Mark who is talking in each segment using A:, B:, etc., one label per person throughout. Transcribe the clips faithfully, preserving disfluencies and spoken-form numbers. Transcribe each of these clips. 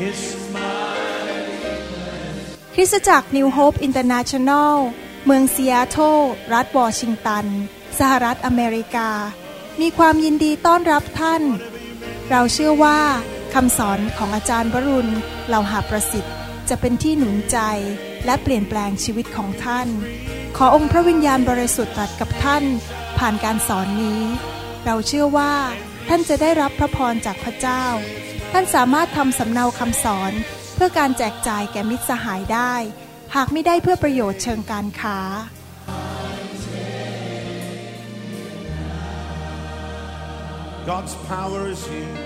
A: คริสตจักร New Hope International เมืองซีแอตเทิลรัฐวอชิงตันสหรัฐอเมริกามีความยินดีต้อนรับท่านเราเชื่อว่าคำสอนของอาจารย์วรุณเหล่าหาประสิทธิ์จะเป็นที่หนุนใจและเปลี่ยนแปลงชีวิตของท่านขอองค์พระวิญญาณบริสุทธิ์ตรัสกับท่านผ่านการสอนนี้เราเชื่อว่าท่านจะได้รับพระพรจากพระเจ้าท่านสามารถทำสำเนาคำสอนเพื่อการแจกจ่ายแก่มิตรสหายได้หากไม่ได้เพื่อประโยชน์เชิงการค้า
B: God's power is here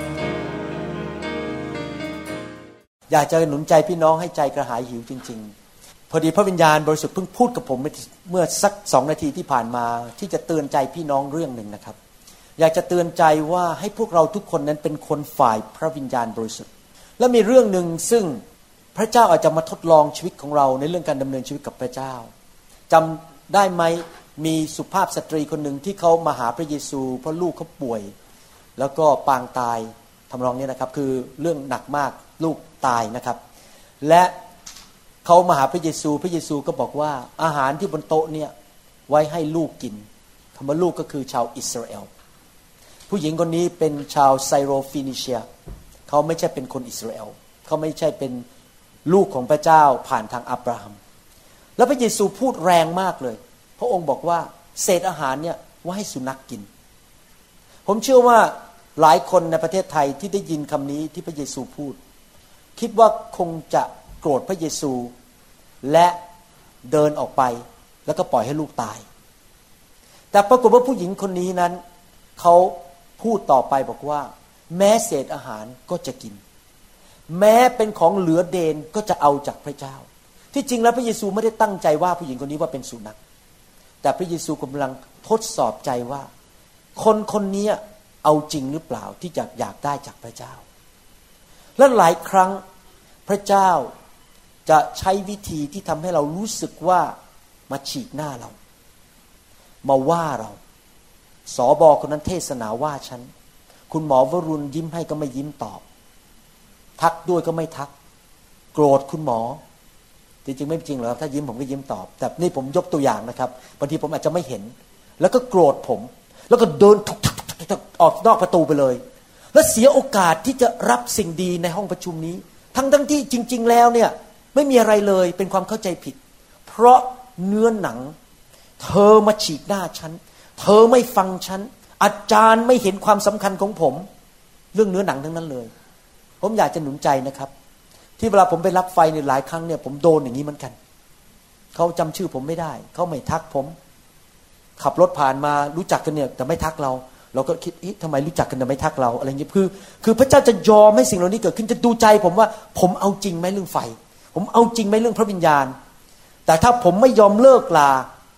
C: อยากจะหนุนใจพี่น้องให้ใจกระหายหิวจริงๆพอดีพระวิญญาณบริสุทธิ์เพิ่งพูดกับผมเมื่อสักสองนาทีที่ผ่านมาที่จะเตือนใจพี่น้องเรื่องหนึ่งนะครับอยากจะเตือนใจว่าให้พวกเราทุกคนนั้นเป็นคนฝ่ายพระวิญญาณบริสุทธิ์และมีเรื่องหนึ่งซึ่งพระเจ้าอาจจะมาทดลองชีวิตของเราในเรื่องการดำเนินชีวิตกับพระเจ้าจำได้ไหมมีสุภาพสตรีคนหนึ่งที่เขามาหาพระเยซูเพราะลูกเขาป่วยแล้วก็ปางตายทำนองนี้นะครับคือเรื่องหนักมากลูกตายนะครับและเขามาหาพระเยซูพระเยซูก็บอกว่าอาหารที่บนโต๊ะเนี่ยไว้ให้ลูกกินคำว่าลูกก็คือชาวอิสราเอลผู้หญิงคนนี้เป็นชาวไซโรฟินิเชียเขาไม่ใช่เป็นคนอิสราเอลเขาไม่ใช่เป็นลูกของพระเจ้าผ่านทางอับราฮัมแล้วพระเยซูพูดแรงมากเลยพระองค์บอกว่าเศษอาหารเนี่ยไว้ให้สุนัข ก, กินผมเชื่อว่าหลายคนในประเทศไทยที่ได้ยินคำนี้ที่พระเยซูพูดคิดว่าคงจะโกรธพระเยซูและเดินออกไปแล้วก็ปล่อยให้ลูกตายแต่ปรากฏว่าผู้หญิงคนนี้นั้นเขาพูดต่อไปบอกว่าแม้เศษอาหารก็จะกินแม้เป็นของเหลือเดนก็จะเอาจากพระเจ้าที่จริงแล้วพระเยซูไม่ได้ตั้งใจว่าผู้หญิงคนนี้ว่าเป็นสุนัขแต่พระเยซูกำลังทดสอบใจว่าคนคนนี้เอาจริงหรือเปล่าที่จะอยากได้จากพระเจ้าและหลายครั้งพระเจ้าจะใช้วิธีที่ทำให้เรารู้สึกว่ามาฉีกหน้าเรามาว่าเราสบคนนั้นเทศนาว่าฉันคุณหมอวรุณยิ้มให้ก็ไม่ยิ้มตอบทักด้วยก็ไม่ทักโกรธคุณหมอจริงๆไม่จริงหรอกถ้ายิ้มผมก็ยิ้มตอบแต่นี่ผมยกตัวอย่างนะครับบางทีผมอาจจะไม่เห็นแล้วก็โกรธผมแล้วก็เดินทุกๆออกนอกประตูไปเลยแล้วเสียโอกาสที่จะรับสิ่งดีในห้องประชุมนี้ทั้งๆที่จริงๆแล้วเนี่ยไม่มีอะไรเลยเป็นความเข้าใจผิดเพราะเนื้อหนังเธอมาฉีกหน้าฉันเธอไม่ฟังฉันอาจารย์ไม่เห็นความสำคัญของผมเรื่องเนื้อหนังทั้งนั้นเลยผมอยากจะหนุนใจนะครับที่เวลาผมไปรับไฟในหลายครั้งเนี่ยผมโดนอย่างนี้เหมือนกันเขาจำชื่อผมไม่ได้เขาไม่ทักผมขับรถผ่านมารู้จักกันเนี่ยแต่ไม่ทักเราเราก็คิดเอ๊ะทำไมรู้จักกันแต่ไม่ทักเราอะไรอย่างนี้คือคือพระเจ้าจะยอมให้สิ่งเหล่านี้เกิดขึ้นจะดูใจผมว่าผมเอาจริงไหมเรื่องไฟผมเอาจริงไหมเรื่องพระวิญญาณแต่ถ้าผมไม่ยอมเลิกลา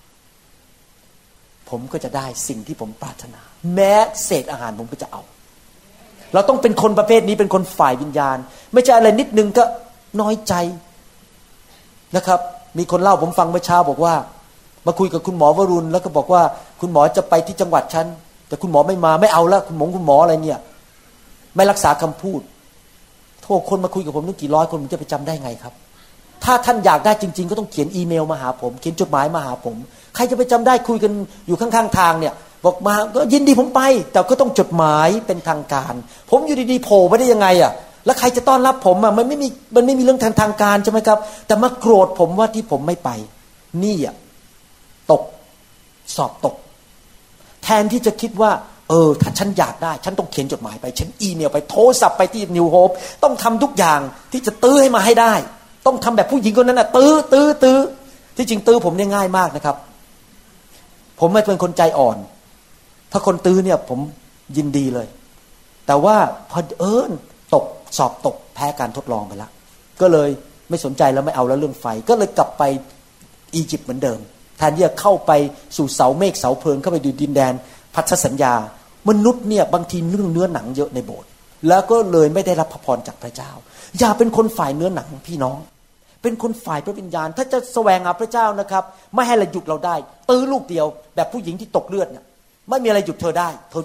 C: ผมก็จะได้สิ่งที่ผมปรารถนาแม้เศษอาหารผมก็จะเอาเราต้องเป็นคนประเภทนี้เป็นคนฝ่ายวิญญาณไม่ใช่อะไรนิดนึงก็น้อยใจนะครับมีคนเล่าผมฟังเมื่อเช้าบอกว่ามาคุยกับคุณหมอวรุณแล้วก็บอกว่าคุณหมอจะไปที่จังหวัดฉันแต่คุณหมอไม่มาไม่เอาแล้วคุณหมอคุณหมออะไรเนี่ยไม่รักษาคำพูดโทษคนมาคุยกับผมตั้งกี่ร้อยคนผมจะไปจำได้ไงครับถ้าท่านอยากได้จริงๆก็ต้องเขียนอีเมลมาหาผมเขียนจดหมายมาหาผมใครจะไปจำได้คุยกันอยู่ข้างๆทางเนี่ยบอกมาก็ยินดีผมไปแต่ก็ต้องจดหมายเป็นทางการผมอยู่ดีๆโผล่ไปได้ยังไงอ่ะแล้วใครจะต้อนรับผมอ่ะมันไม่มีมันไม่มีเรื่องทางทางการใช่ไหมครับแต่มาโกรธผมว่าที่ผมไม่ไปนี่อ่ะตกสอบตกแทนที่จะคิดว่าเออถ้าฉันอยากได้ฉันต้องเขียนจดหมายไปฉันอีเมลไปโทรศัพท์ไปที่ New Hope ต้องทำทุกอย่างที่จะตื้อให้มาให้ได้ต้องทำแบบผู้หญิงคนนั้นน่ะตื้อตื้อตื้อที่จริงตื้อผมเนี่ยง่ายมากนะครับผมไม่เป็นคนใจอ่อนถ้าคนตื้อเนี่ยผมยินดีเลยแต่ว่าพอเอิญตกสอบตกแพ้การทดลองไปแล้วก็เลยไม่สนใจแล้วไม่เอาแล้วเรื่องไฟก็เลยกลับไปอียิปต์เหมือนเดิมแทนที่จะเข้าไปสู่เสาเมฆเสาเพลิงเข้าไปดูดินแดนพันธสัญญามนุษย์เนี่ยบางทีเรื่องเนื้อหนังเยอะในโบสถ์แล้วก็เลยไม่ได้รับพระพรจากพระเจ้าอย่าเป็นคนฝ่ายเนื้อหนังพี่น้องเป็นคนฝ่ายพระวิญญาณถ้าจะแสวงหาพระเจ้านะครับไม่ให้อะไรหยุดเราได้ตื้อลูกเดียวแบบผู้หญิงที่ตกเลือดเนี่ยไม่มีอะไรหยุดเธอได้เธอ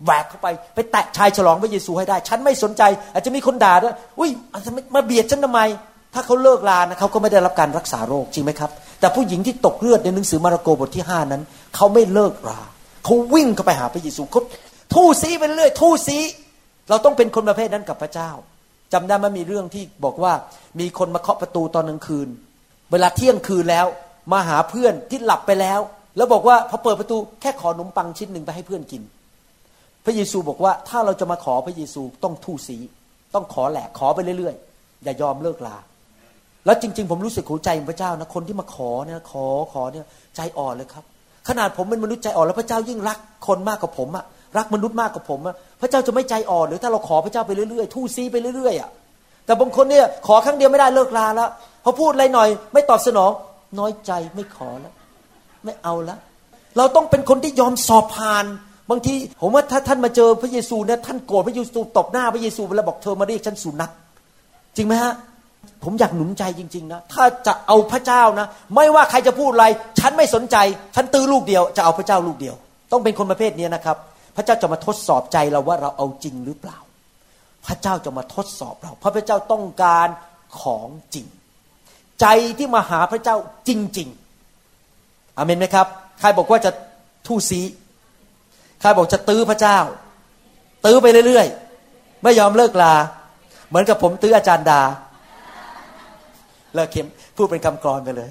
C: แหวกเข้าไปไปแตะชายฉลองพระเยซูให้ได้ฉันไม่สนใจอาจจะมีคนด่าด้วยอุ้ยมาเบียดฉันทำไมถ้าเขาเลิกลานะเขาก็ไม่ได้รับการรักษาโรคจริงไหมครับแต่ผู้หญิงที่ตกเลือดในหนังสือมาระโกบทที่ห้านั้นเขาไม่เลิกลาเขาวิ่งเข้าไปหาพระเยซูเขาทู่ซีไปเรื่อยทู่ซีเราต้องเป็นคนประเภทนั้นกับพระเจ้าจำได้ไหมมีเรื่องที่บอกว่ามีคนมาเคาะประตูตอนกลางคืนเวลาเที่ยงคืนแล้วมาหาเพื่อนที่หลับไปแล้วแล้วบอกว่าพอเปิดประตูแค่ขอขนมปังชิ้นหนึ่งไปให้เพื่อนกินพระเยซูบอกว่าถ้าเราจะมาขอพระเยซูต้องทู่ซีต้องขอแหละขอไปเรื่อยๆอย่ายอมเลิกลาแล้วจริงๆผมรู้สึกหัวใจของพระเจ้านะคนที่มาขอเนี่ยขอขอเนี่ยใจอ่อนเลยครับขนาดผมเป็นมนุษย์ใจอ่อนแล้วพระเจ้ายิ่งรักคนมากกว่าผมอะรักมนุษย์มากกว่าผมอะพระเจ้าจะไม่ใจอ่อนหรือถ้าเราขอพระเจ้าไปเรื่อยๆทู่ซีไปเรื่อยๆอะแต่บางคนเนี่ยขอครั้งเดียวไม่ได้เลิกลาแล้วพอพูดอะไรหน่อยไม่ตอบสนองน้อยใจไม่ขอแล้วไม่เอาละเราต้องเป็นคนที่ยอมสอบผ่านบางทีผมว่าถ้าท่านมาเจอพระเยซูเนี่ยท่านโกรธพระเยซูตบหน้าพระเยซูแล้วบอกเธอมาเรียกฉันสุนัขจริงไหมฮะผมอยากหนุนใจจริงๆนะถ้าจะเอาพระเจ้านะไม่ว่าใครจะพูดอะไรฉันไม่สนใจฉันตื้อลูกเดียวจะเอาพระเจ้าลูกเดียวต้องเป็นคนประเภทนี้นะครับพระเจ้าจะมาทดสอบใจเราว่าเราเอาจริงหรือเปล่าพระเจ้าจะมาทดสอบเราเพราะพระเจ้าต้องการของจริงใจที่มาหาพระเจ้าจริงๆอาเมนไหมครับใครบอกว่าจะทู่ซีใครบอกจะตื้อพระเจ้าตื้อไปเรื่อยๆไม่ยอมเลิกลาเหมือนกับผมตื้ออาจารย์ดาเลิกเข็มพูดเป็นคำกลอนไปเลย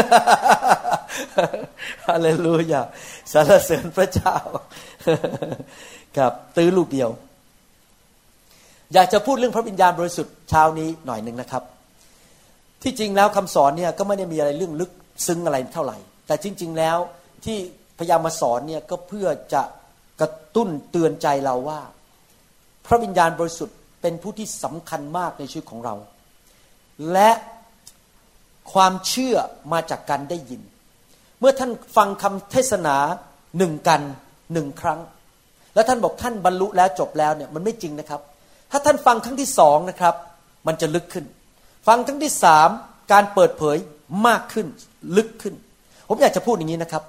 C: ฮาเลลูยาสรรเสริญพระเจ้าครับตื้อลูกเดียวอยากจะพูดเรื่องพระวิญญาณบริสุทธิ์เช้านี้หน่อยนึงนะครับที่จริงแล้วคำสอนเนี่ยก็ไม่ได้มีอะไรเรื่องลึกซึ้งอะไรเท่าไหร่แต่จริงๆแล้วที่พยายามมาสอนเนี่ยก็เพื่อจะกระตุ้นเตือนใจเราว่าพระวิญญาณบริสุทธิ์เป็นผู้ที่สำคัญมากในชีวิตของเราและความเชื่อมาจากการได้ยินเมื่อท่านฟังคำเทศนาหนึ่งกันหนึ่งครั้งแล้วท่านบอกท่านบรรลุแล้วจบแล้วเนี่ยมันไม่จริงนะครับถ้าท่านฟังครั้งที่สองนะครับมันจะลึกขึ้นฟังครั้งที่สามการเปิดเผยมากขึ้นลึกขึ้นผมอยากจะพูดอย่างนี้นะครับ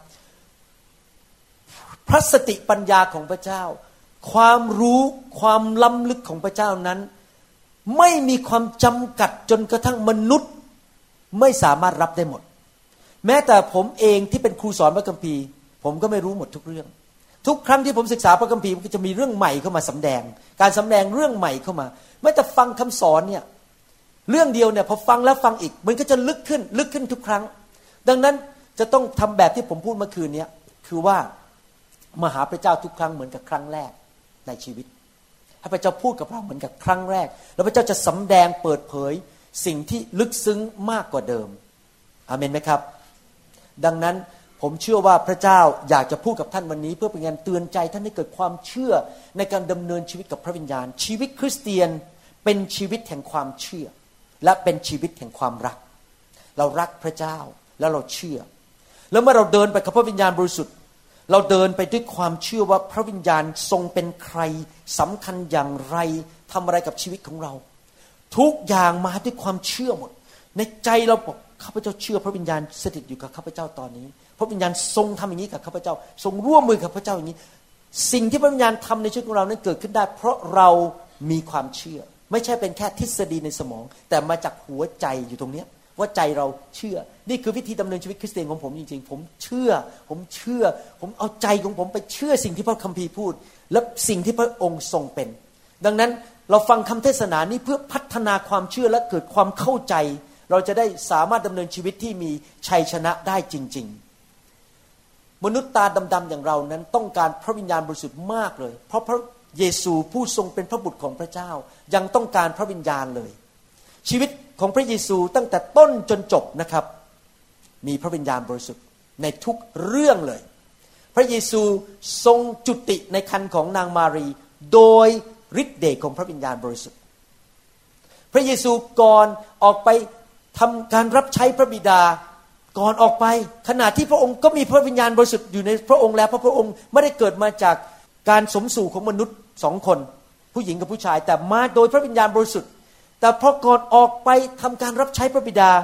C: พระสติปัญญาของพระเจ้าความรู้ความล้ำลึกของพระเจ้านั้นไม่มีความจำกัดจนกระทั่งมนุษย์ไม่สามารถรับได้หมดแม้แต่ผมเองที่เป็นครูสอนพระคัมภีร์ผมก็ไม่รู้หมดทุกเรื่องทุกครั้งที่ผมศึกษาพระคัมภีร์มันก็จะมีเรื่องใหม่เข้ามาสำแดงการสำแดงเรื่องใหม่เข้ามาแม้แต่ฟังคำสอนเนี่ยเรื่องเดียวเนี่ยพอฟังแล้วฟังอีกมันก็จะลึกขึ้นลึกขึ้นทุกครั้งดังนั้นจะต้องทำแบบที่ผมพูดเมื่อคืนนี้คือว่ามาหาพระเจ้าทุกครั้งเหมือนกับครั้งแรกในชีวิตให้พระเจ้าพูดกับเราเหมือนกับครั้งแรกแล้วพระเจ้าจะสำแดงเปิดเผยสิ่งที่ลึกซึ้งมากกว่าเดิมอาเมนไหมครับดังนั้นผมเชื่อว่าพระเจ้าอยากจะพูดกับท่านวันนี้เพื่อเป็นการเตือนใจท่านให้เกิดความเชื่อในการดำเนินชีวิตกับพระวิญญาณชีวิตคริสเตียนเป็นชีวิตแห่งความเชื่อและเป็นชีวิตแห่งความรักเรารักพระเจ้าแล้วเราเชื่อแล้วเมื่อเราเดินไปกับพระวิญญาณบริสุทธิ์เราเดินไปด้วยความเชื่อว่าพระวิญญาณทรงเป็นใครสำคัญอย่างไรทำอะไรกับชีวิตของเราทุกอย่างมาด้วยความเชื่อหมดในใจเราบอกข้าพเจ้าเชื่อพระวิญญาณสถิตอยู่กับข้าพเจ้าตอนนี้พระวิญญาณทรงทำอย่างนี้กับข้าพเจ้าทรงร่วมมือกับพระเจ้าอย่างนี้สิ่งที่พระวิญญาณทำในชีวิตของเรานั้นเกิดขึ้นได้เพราะเรามีความเชื่อไม่ใช่เป็นแค่ทฤษฎีในสมองแต่มาจากหัวใจอยู่ตรงนี้ว่าใจเราเชื่อนี่คือวิธีดำเนินชีวิตคริสเตียนของผมจริงๆผมเชื่อผมเชื่อผมเอาใจของผมไปเชื่อสิ่งที่พระคัมภีร์พูดและสิ่งที่พระองค์ทรงเป็นดังนั้นเราฟังคำเทศนานี้เพื่อพัฒนาความเชื่อและเกิดความเข้าใจเราจะได้สามารถดำเนินชีวิตที่มีชัยชนะได้จริงๆมนุษย์ตาดำๆอย่างเรานั้นต้องการพระวิญญาณบริสุทธิ์มากเลยเพราะพระเยซูผู้ทรงเป็นพระบุตรของพระเจ้ายังต้องการพระวิญญาณเลยชีวิตของพระเยซูตั้งแต่ต้นจนจบนะครับมีพระวิญญาณบริสุทธิ์ในทุกเรื่องเลยพระเยซูทรงจุติในครรภ์ของนางมารีโดยฤทธิ์เดชของพระวิญญาณบริสุทธิ์พระเยซูก่อนออกไปทำการรับใช้พระบิดาก่อนออกไปขณะที่พระองค์ก็มีพระวิญญาณบริสุทธิ์อยู่ในพระองค์แล้วเพราะพระองค์ไม่ได้เกิดมาจากการสมสู่ของมนุษย์สองคนผู้หญิงกับผู้ชายแต่มาโดยพระวิญญาณบริสุทธิ์แต่พอก่อนออกไปทำการรับใช้พระบิดา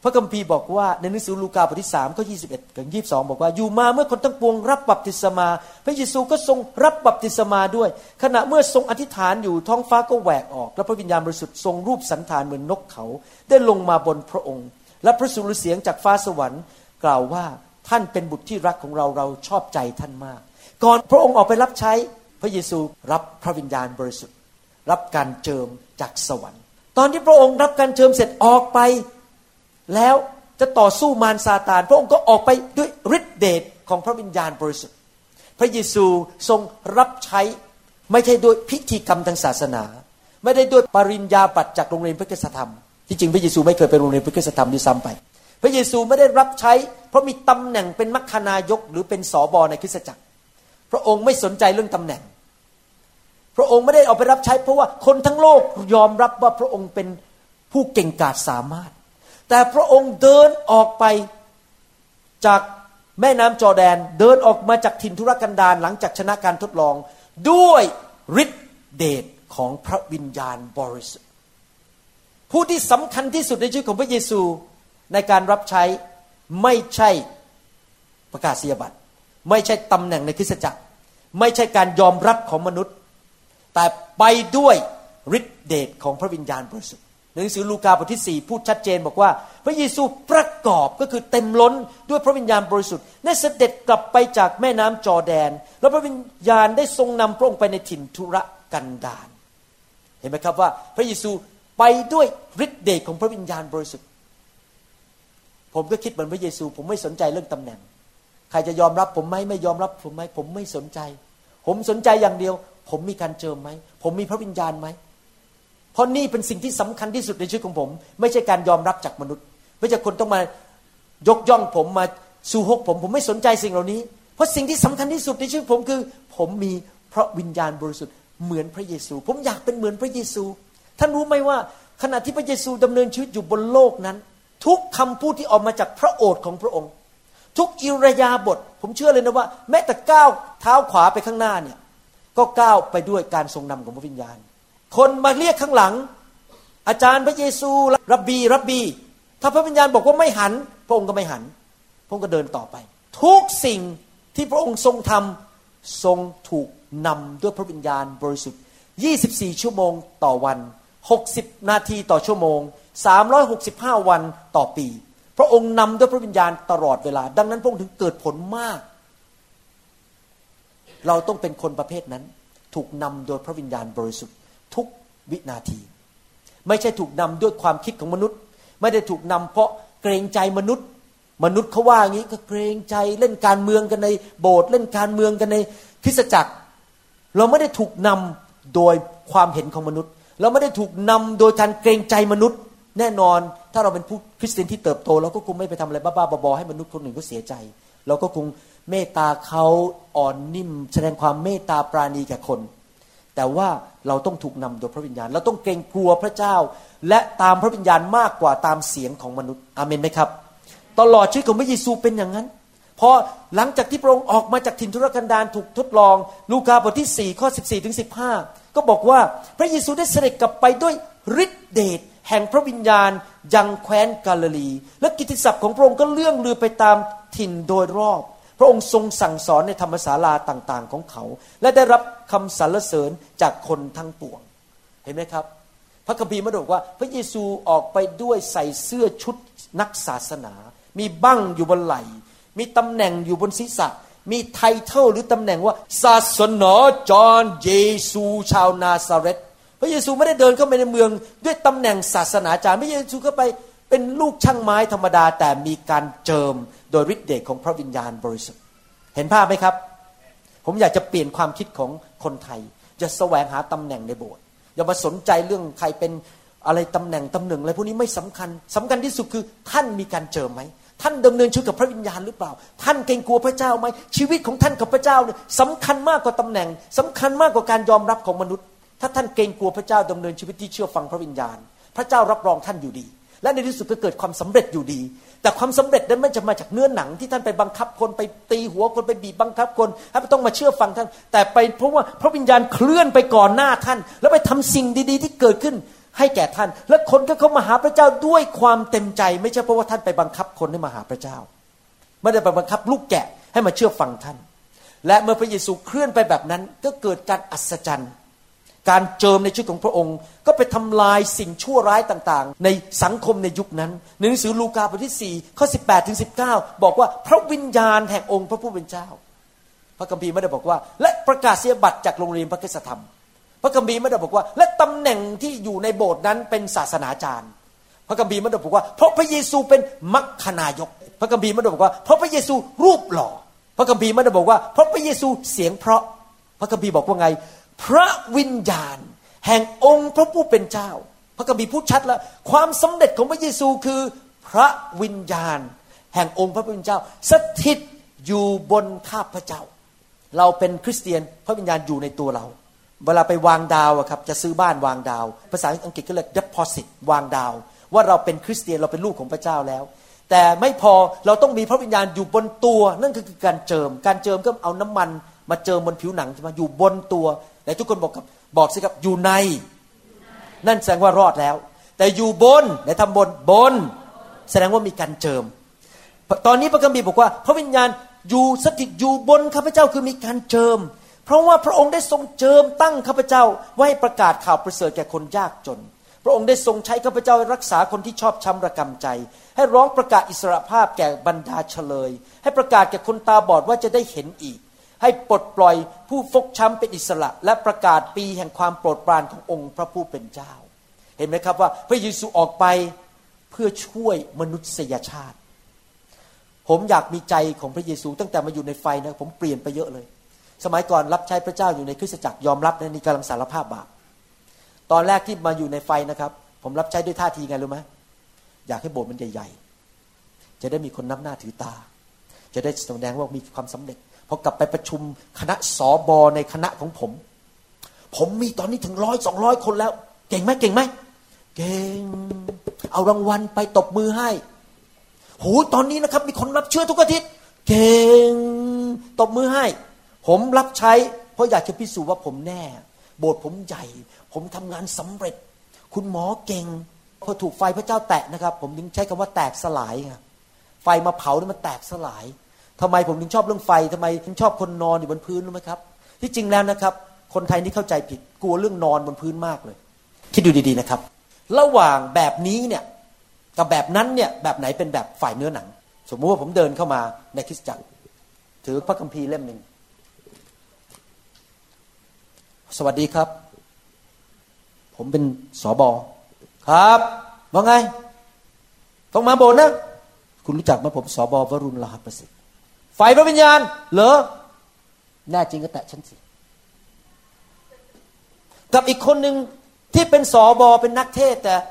C: พระคัมภีร์บอกว่าในหนังสือลูกาบทที่สามข้อยี่สิบเอ็ดถึงยี่สิบสองบอกว่าอยู่มาเมื่อคนทั้งปวงรับบัพติศมาพระเยซูก็ทรงรับบัพติศมาด้วยขณะเมื่อทรงอธิษฐานอยู่ท้องฟ้าก็แหวกออกและพระวิญญาณบริสุทธิ์ทรงรูปสันฐานเหมือนนกเขาได้ลงมาบนพระองค์และพระสุรเสียงจากฟ้าสวรรค์กล่าวว่าท่านเป็นบุตรที่รักของเราเราชอบใจท่านมากก่อนพระองค์ออกไปรับใช้พระเยซูรับพระวิญญาณบริสุทธิ์รับการเจิมจากสวรรค์ตอนที่พระองค์รับการเจิมเสร็จออกไปแล้วจะต่อสู้มารซาตานพระองค์ก็ออกไปด้วยฤทธิเดชของพระวิญญาณบริสุทธิ์พระเยซูทรงรับใช้ไม่ใช่ด้วยพิธีกรรมทางศาสนาไม่ได้ด้วยปริญญาบัตรจากโรงเรียนพระคริสตธรรมที่จริงพระเยซูไม่เคยไปโรงเรียนพระคริสตธรรมด้วยซ้ำไปพระเยซูไม่ได้รับใช้เพราะมีตำแหน่งเป็นมัคคณายกหรือเป็นสบในคริสตจักรพระองค์ไม่สนใจเรื่องตำแหน่งพระองค์ไม่ได้เอาไปรับใช้เพราะว่าคนทั้งโลกยอมรับว่าพระองค์เป็นผู้เก่งกาจสามารถแต่พระองค์เดินออกไปจากแม่น้ำจอร์แดนเดินออกมาจากถิ่นทุรกันดารหลังจากชนะการทดลองด้วยฤทธิเดชของพระวิญญาณบริสุทธิ์ผู้ที่สำคัญที่สุดในชีวิตของพระเยซูในการรับใช้ไม่ใช่ประกาศนียบัตรไม่ใช่ตำแหน่งในคริสตจักรไม่ใช่การยอมรับของมนุษย์แต่ไปด้วยฤทธิเดชของพระวิญญาณบริสุทธิ์หนังสือลูกาบทที่สี่พูดชัดเจนบอกว่าพระเยซูประกอบก็คือเต็มล้นด้วยพระวิญญาณบริสุทธิ์ได้เสด็จกลับไปจากแม่น้ำจอร์แดนแล้วพระวิญญาณได้ทรงนำพระองค์ไปในถิ่นทุรกันดารเห็นไหมครับว่าพระเยซูไปด้วยฤทธิเดชของพระวิญญาณบริสุทธิ์ผมก็คิดเหมือนพระเยซูผมไม่สนใจเรื่องตำแหน่งใครจะยอมรับผมไหมไม่ยอมรับผมไหมผมไม่สนใจผมสนใจอย่างเดียวผมมีการเจิมไหมผมมีพระวิญญาณไหมเพราะนี่เป็นสิ่งที่สำคัญที่สุดในชีวิตของผมไม่ใช่การยอมรับจากมนุษย์ไม่ใช่คนต้องมายกย่องผมมาซูฮกผมผมไม่สนใจสิ่งเหล่านี้เพราะสิ่งที่สำคัญที่สุดในชีวิตผมคือผมมีพระวิญญาณบริสุทธิ์เหมือนพระเยซูผมอยากเป็นเหมือนพระเยซูท่านรู้ไหมว่าขณะที่พระเยซูดำเนินชีวิตอยู่บนโลกนั้นทุกคำพูดที่ออกมาจากพระโอษฐ์ของพระองค์ทุกอิริยาบถผมเชื่อเลยนะว่าแม้แต่ก้าวเท้าขวาไปข้างหน้าเนี่ยก็ก้าวไปด้วยการทรงนำของพระวิญญาณคนมาเรียกข้างหลังอาจารย์พระเยซูรับบีรับบีถ้าพระวิญญาณบอกว่าไม่หันพระองค์ก็ไม่หันพระองค์ก็เดินต่อไปทุกสิ่งที่พระองค์ทรงทำทรงถูกนำด้วยพระวิญญาณบริสุทธิ์ยี่สิบสี่ชั่วโมงต่อวันหกสิบนาทีต่อชั่วโมงสามร้อยหกสิบห้าวันต่อปีพระองค์นำด้วยพระวิญญาณตลอดเวลาดังนั้นพระองค์ถึงเกิดผลมากเราต้องเป็นคนประเภทนั้นถูกนำโดยพระวิญญาณบริสุทธิ์ทุกวินาทีไม่ใช่ถูกนำด้วยความคิดของมนุษย์ไม่ได้ถูกนำเพราะเกรงใจมนุษย์มนุษย์เขาว่าอย่างนี้ก็เกรงใจเล่นการเมืองกันในโบสถ์เล่นการเมืองกันในคริสตจักรเราไม่ได้ถูกนำโดยความเห็นของมนุษย์เราไม่ได้ถูกนำโดยการเกรงใจมนุษย์แน่นอนถ้าเราเป็นผู้คริสเตียนที่เติบโตเราก็คงไม่ไปทำอะไรบ้าๆบอๆให้มนุษย์คนหนึ่งก็เสียใจเราก็คงเมตตาเขาอ่อนนิ่มแสดงความเมตตาปราณีแก่คนแต่ว่าเราต้องถูกนำโดยพระวิญญาณเราต้องเกรงกลัวพระเจ้าและตามพระวิญญาณมากกว่าตามเสียงของมนุษย์อาเมนไหมครับตลอดชีวิตของพระเยซูเป็นอย่างนั้นพอหลังจากที่พระองค์ออกมาจากถิ่นทุรกันดารถูกทดลองลูกาบทที่สี่ข้อสิบสี่ถึงสิบห้าก็บอกว่าพระเยซูได้เสด็จกลับไปด้วยฤทธิเดชแห่งพระวิญญาณยังแคว้นกาลิลีและกิตติศัพท์ของพระองค์ก็เลื่องลือไปตามถิ่นโดยรอบพระองค์ทรงสั่งสอนในธรรมศาลาต่างๆของเขาและได้รับคำสรรเสริญจากคนทั้งปวงเห็นไหมครับพระคัมภีร์บอกว่าพระเยซูออกไปด้วยใส่เสื้อชุดนักศาสนามีบั้งอยู่บนไหล่มีตำแหน่งอยู่บนศีรษะมีไทเทิลหรือตำแหน่งว่าศาสนาจารย์เยซูชาวนาซาเรตพระเยซูไม่ได้เดินเข้าไปในเมืองด้วยตำแหน่งศาสนาจารย์พระเยซูเข้าไปเป็นลูกช่างไม้ธรรมดาแต่มีการเจิมโดยฤทธิ์เดชของพระวิญญาณบริสุทธิ์เห็นภาพไหมครับผมอยากจะเปลี่ยนความคิดของคนไทยจะแสวงหาตำแหน่งในโบสถ์อย่ามาสนใจเรื่องใครเป็นอะไรตำแหน่งตำแหน่งอะไรพวกนี้ไม่สำคัญสำคัญที่สุดคือท่านมีการเจิมไหมท่านดำเนินชีวิตกับพระวิญญาณหรือเปล่าท่านเกรงกลัวพระเจ้าไหมชีวิตของท่านกับพระเจ้าเนี่ยสำคัญมากกว่าตำแหน่งสำคัญมากกว่าการยอมรับของมนุษย์ถ้าท่านเกรงกลัวพระเจ้าดำเนินชีวิตที่เชื่อฟังพระวิญญาณพระเจ้ารับรองท่านอยู่ดีและในที่สุดก็เกิดความสำเร็จอยู่ดีแต่ความสำเร็จนั้นไม่จะมาจากเนื้อหนังที่ท่านไปบังคับคนไปตีหัวคนไปบีบบังคับคนให้ต้องมาเชื่อฟังท่านแต่ไปเพราะว่าพระวิญญาณเคลื่อนไปก่อนหน้าท่านแล้วไปทำสิ่งดีๆที่เกิดขึ้นให้แก่ท่านและคนก็เข้ามาหาพระเจ้าด้วยความเต็มใจไม่ใช่เพราะว่าท่านไปบังคับคนให้มาหาพระเจ้าไม่ได้ไปบังคับลูกแกะให้มาเชื่อฟังท่านและเมื่อพระเยซูเคลื่อนไปแบบนั้นก็เกิดการอัศจรรย์การเจิมในชีวิตของพระองค์ก็ไปทำลายสิ่งชั่วร้ายต่างๆในสังคมในยุคนั้นในหนังสือลูกาบทที่สี่ข้อสิบแปดถึงสิบเก้าบอกว่าพระวิญญาณแห่งองค์พระผู้เป็นเจ้าพระคัมภีร์ไม่ได้บอกว่าและประกาศเสียบัตรจากโรงเรียนพระคริสตธรรมพระคัมภีร์ไม่ได้บอกว่าและตำแหน่งที่อยู่ในโบสถ์นั้นเป็นศาสนาจารย์พระคัมภีร์ไม่ได้บอกว่าเพราะพระเยซูเป็นมัคคณายกพระคัมภีร์ไม่ได้บอกว่าเพราะพระเยซูรูปหล่อพระคัมภีร์ไม่ได้บอกว่าเพราะพระเยซูเสียงเพราะพระคัมภีร์บอกว่าไงพระวิญญาณแห่งองค์พระผู้เป็นเจ้าพระคัมภีร์พูดชัดแล้วความสำเร็จของพระเยซูคือพระวิญญาณแห่งองค์พระผู้เป็นเจ้าสถิตอยู่บนข้าพเจ้าเราเป็นคริสเตียนพระวิญญาณอยู่ในตัวเราเวลาไปวางดาวอะครับจะซื้อบ้านวางดาวภาษาอังกฤษก็เรียก deposit วางดาวว่าเราเป็นคริสเตียนเราเป็นลูกของพระเจ้าแล้วแต่ไม่พอเราต้องมีพระวิญญาณอยู่บนตัวนั่นคือการเจิมการเจิมก็เอาน้ำมันมาเจิมบนผิวหนังใช่ไหมอยู่บนตัวไหนทุกคนบอกครับบอกสิครับอยู่ในนั่นแสดงว่ารอดแล้วแต่อยู่บนไหนทำบนบนแสดงว่ามีการเจิมตอนนี้พระคัมภีร์บอกว่าพระวิญญาณอยู่สถิตอยู่บนข้าพเจ้าคือมีการเจิมเพราะว่าพระองค์ได้ทรงเจิมตั้งข้าพเจ้าไว้ให้ประกาศข่าวประเสริฐแก่คนยากจนพระองค์ได้ทรงใช้ข้าพเจ้ารักษาคนที่ชอบช้ำระกำใจให้ร้องประกาศอิสรภาพแก่บรรดาเฉลยให้ประกาศแก่คนตาบอดว่าจะได้เห็นอีกให้ปลดปล่อยผู้ฟกช้ำเป็นอิสระและประกาศปีแห่งความโปรดปรานขององค์พระผู้เป็นเจ้าเห็นไหมครับว่าพระเยซูออกไปเพื่อช่วยมนุษยชาติผมอยากมีใจของพระเยซูตั้งแต่มาอยู่ในไฟนะผมเปลี่ยนไปเยอะเลยสมัยก่อนรับใช้พระเจ้าอยู่ในคริสตจักรยอมรับนะนี่กำลังสารภาพบาปตอนแรกที่มาอยู่ในไฟนะครับผมรับใช้ด้วยท่าทีไงรู้ไหมอยากให้โบสถ์มันใหญ่ๆจะได้มีคนนับหน้าถือตาจะได้แสดงว่ามีความสำเร็จพอกลับไปประชุมคณะสบในคณะของผมผมมีตอนนี้ถึงร้อยสองร้อยคนแล้วเก่งไหมเก่งไหมเก่งเอารางวัลไปตบมือให้โหตอนนี้นะครับมีคนรับเชื่อทุกอาทิตย์เก่งตบมือให้ผมรับใช้เพราะอยากจะพิสูจน์ว่าผมแน่โบสถ์ผมใหญ่ผมทำงานสำเร็จคุณหมอเก่งพอถูกไฟพระเจ้าแตะนะครับผมถึงใช้คำว่าแตกสลายไงไฟมาเผาเนี่ยมันแตกสลายทำไมผมถึงชอบเรื่องไฟทำไมถึงชอบคนนอนอยู่บนพื้นรู้ไหมครับที่จริงแล้วนะครับคนไทยนี่เข้าใจผิดกลัวเรื่องนอนบนพื้นมากเลยคิดดูดีๆนะครับระหว่างแบบนี้เนี่ยกับแบบนั้นเนี่ยแบบไหนเป็นแบบฝ่ายเนื้อหนังสมมุติว่าผมเดินเข้ามาในคริสตจักรถือพระคัมภีร์เล่มหนึ่งสวัสดีครับผมเป็นสบครับว่าไงต้องมาโบสถ์นะคุณรู้จักไหมผมสบวรุณลาภประสิทธิ์ฝ่ายพระวิญญาณเหรอแน่จริงก็แตะฉันสิกับอีกคนหนึ่งที่เป็นสบเป็นนักเทศแต่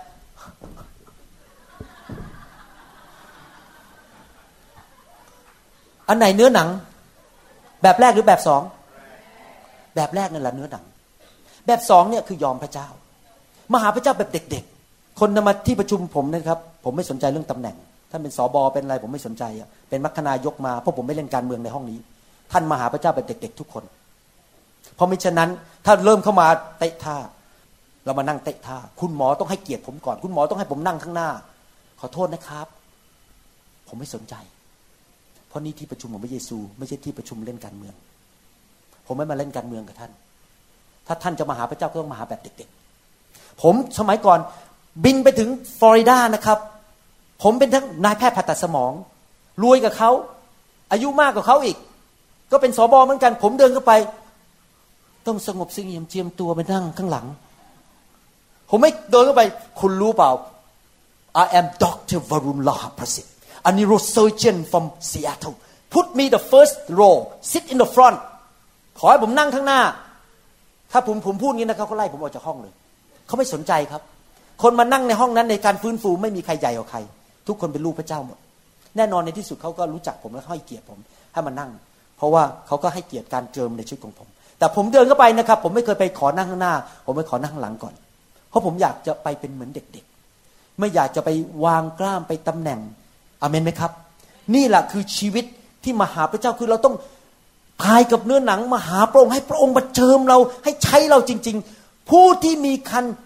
C: อันไหนเนื้อหนังแบบแรกหรือแบบสองแบบแรกนั่นแหละเนื้อหนังแบบสองเนี่ยคือยอมพระเจ้ามาหาพระเจ้าแบบเด็กๆคนมาที่ประชุมผมนะครับผมไม่สนใจเรื่องตำแหน่งท่านเป็นสบเป็นอะไรผมไม่สนใจอ่ะเป็นมัคคณายกมาเพราะผมไม่เล่นการเมืองในห้องนี้ท่านมาหาพระเจ้าแบบเด็กๆทุกคนเพราะมิฉะนั้นถ้าเริ่มเข้ามาเตะท่าเรามานั่งเตะท่าคุณหมอต้องให้เกียรติผมก่อนคุณหมอต้องให้ผมนั่งข้างหน้าขอโทษนะครับผมไม่สนใจเพราะนี่ที่ประชุมของพระเยซูไม่ใช่ที่ประชุมเล่นการเมืองผมไม่มาเล่นการเมืองกับท่านถ้าท่านจะมาหาพระเจ้าก็ต้องมาหาแบบเด็กๆผมสมัยก่อนบินไปถึงฟลอริดานะครับผมเป็นทั้งนายแพทย์ผ่าตัดสมองรวยกับเขาอายุมากกว่าเขาอีกก็เป็นสบเหมือนกันผมเดินเข้าไปต้องสงบเสงี่ยมเจียมตัวไปนั่งข้างหลังผมไม่เดินเข้าไปคุณรู้เปล่า I am ด็อกเตอร์ วรุณลาภประสิทธิ์ a neurosurgeon from Seattle put me the first row sit in the front ขอให้ผมนั่งข้างหน้าถ้าผมผมพูดงี้นะครับเขาไล่ผมออกจากห้องเลยเขาไม่สนใจครับคนมานั่งในห้องนั้นในการฟื้นฟูไม่มีใครใหญ่กว่าใครทุกคนเป็นลูกพระเจ้าหมดแน่นอนในที่สุดเขาก็รู้จักผมและให้เกียรติผมให้มานั่งเพราะว่าเขาก็ให้เกียรติการเจิมในชีวิตของผมแต่ผมเดินเข้าไปนะครับผมไม่เคยไปขอนั่งข้างหน้าผมไปขอนั่งข้างหลังก่อนเพราะผมอยากจะไปเป็นเหมือนเด็กๆไม่อยากจะไปวางกล้ามไปตำแหน่งอาเมนไหมครับนี่แหละคือชีวิตที่มาหาพระเจ้าคือเราต้องตายกับเนื้อหนังมาหาพระองค์ให้พระองค์มาเจิมเราให้ใช้เราจริงๆผู้ที่มีคัน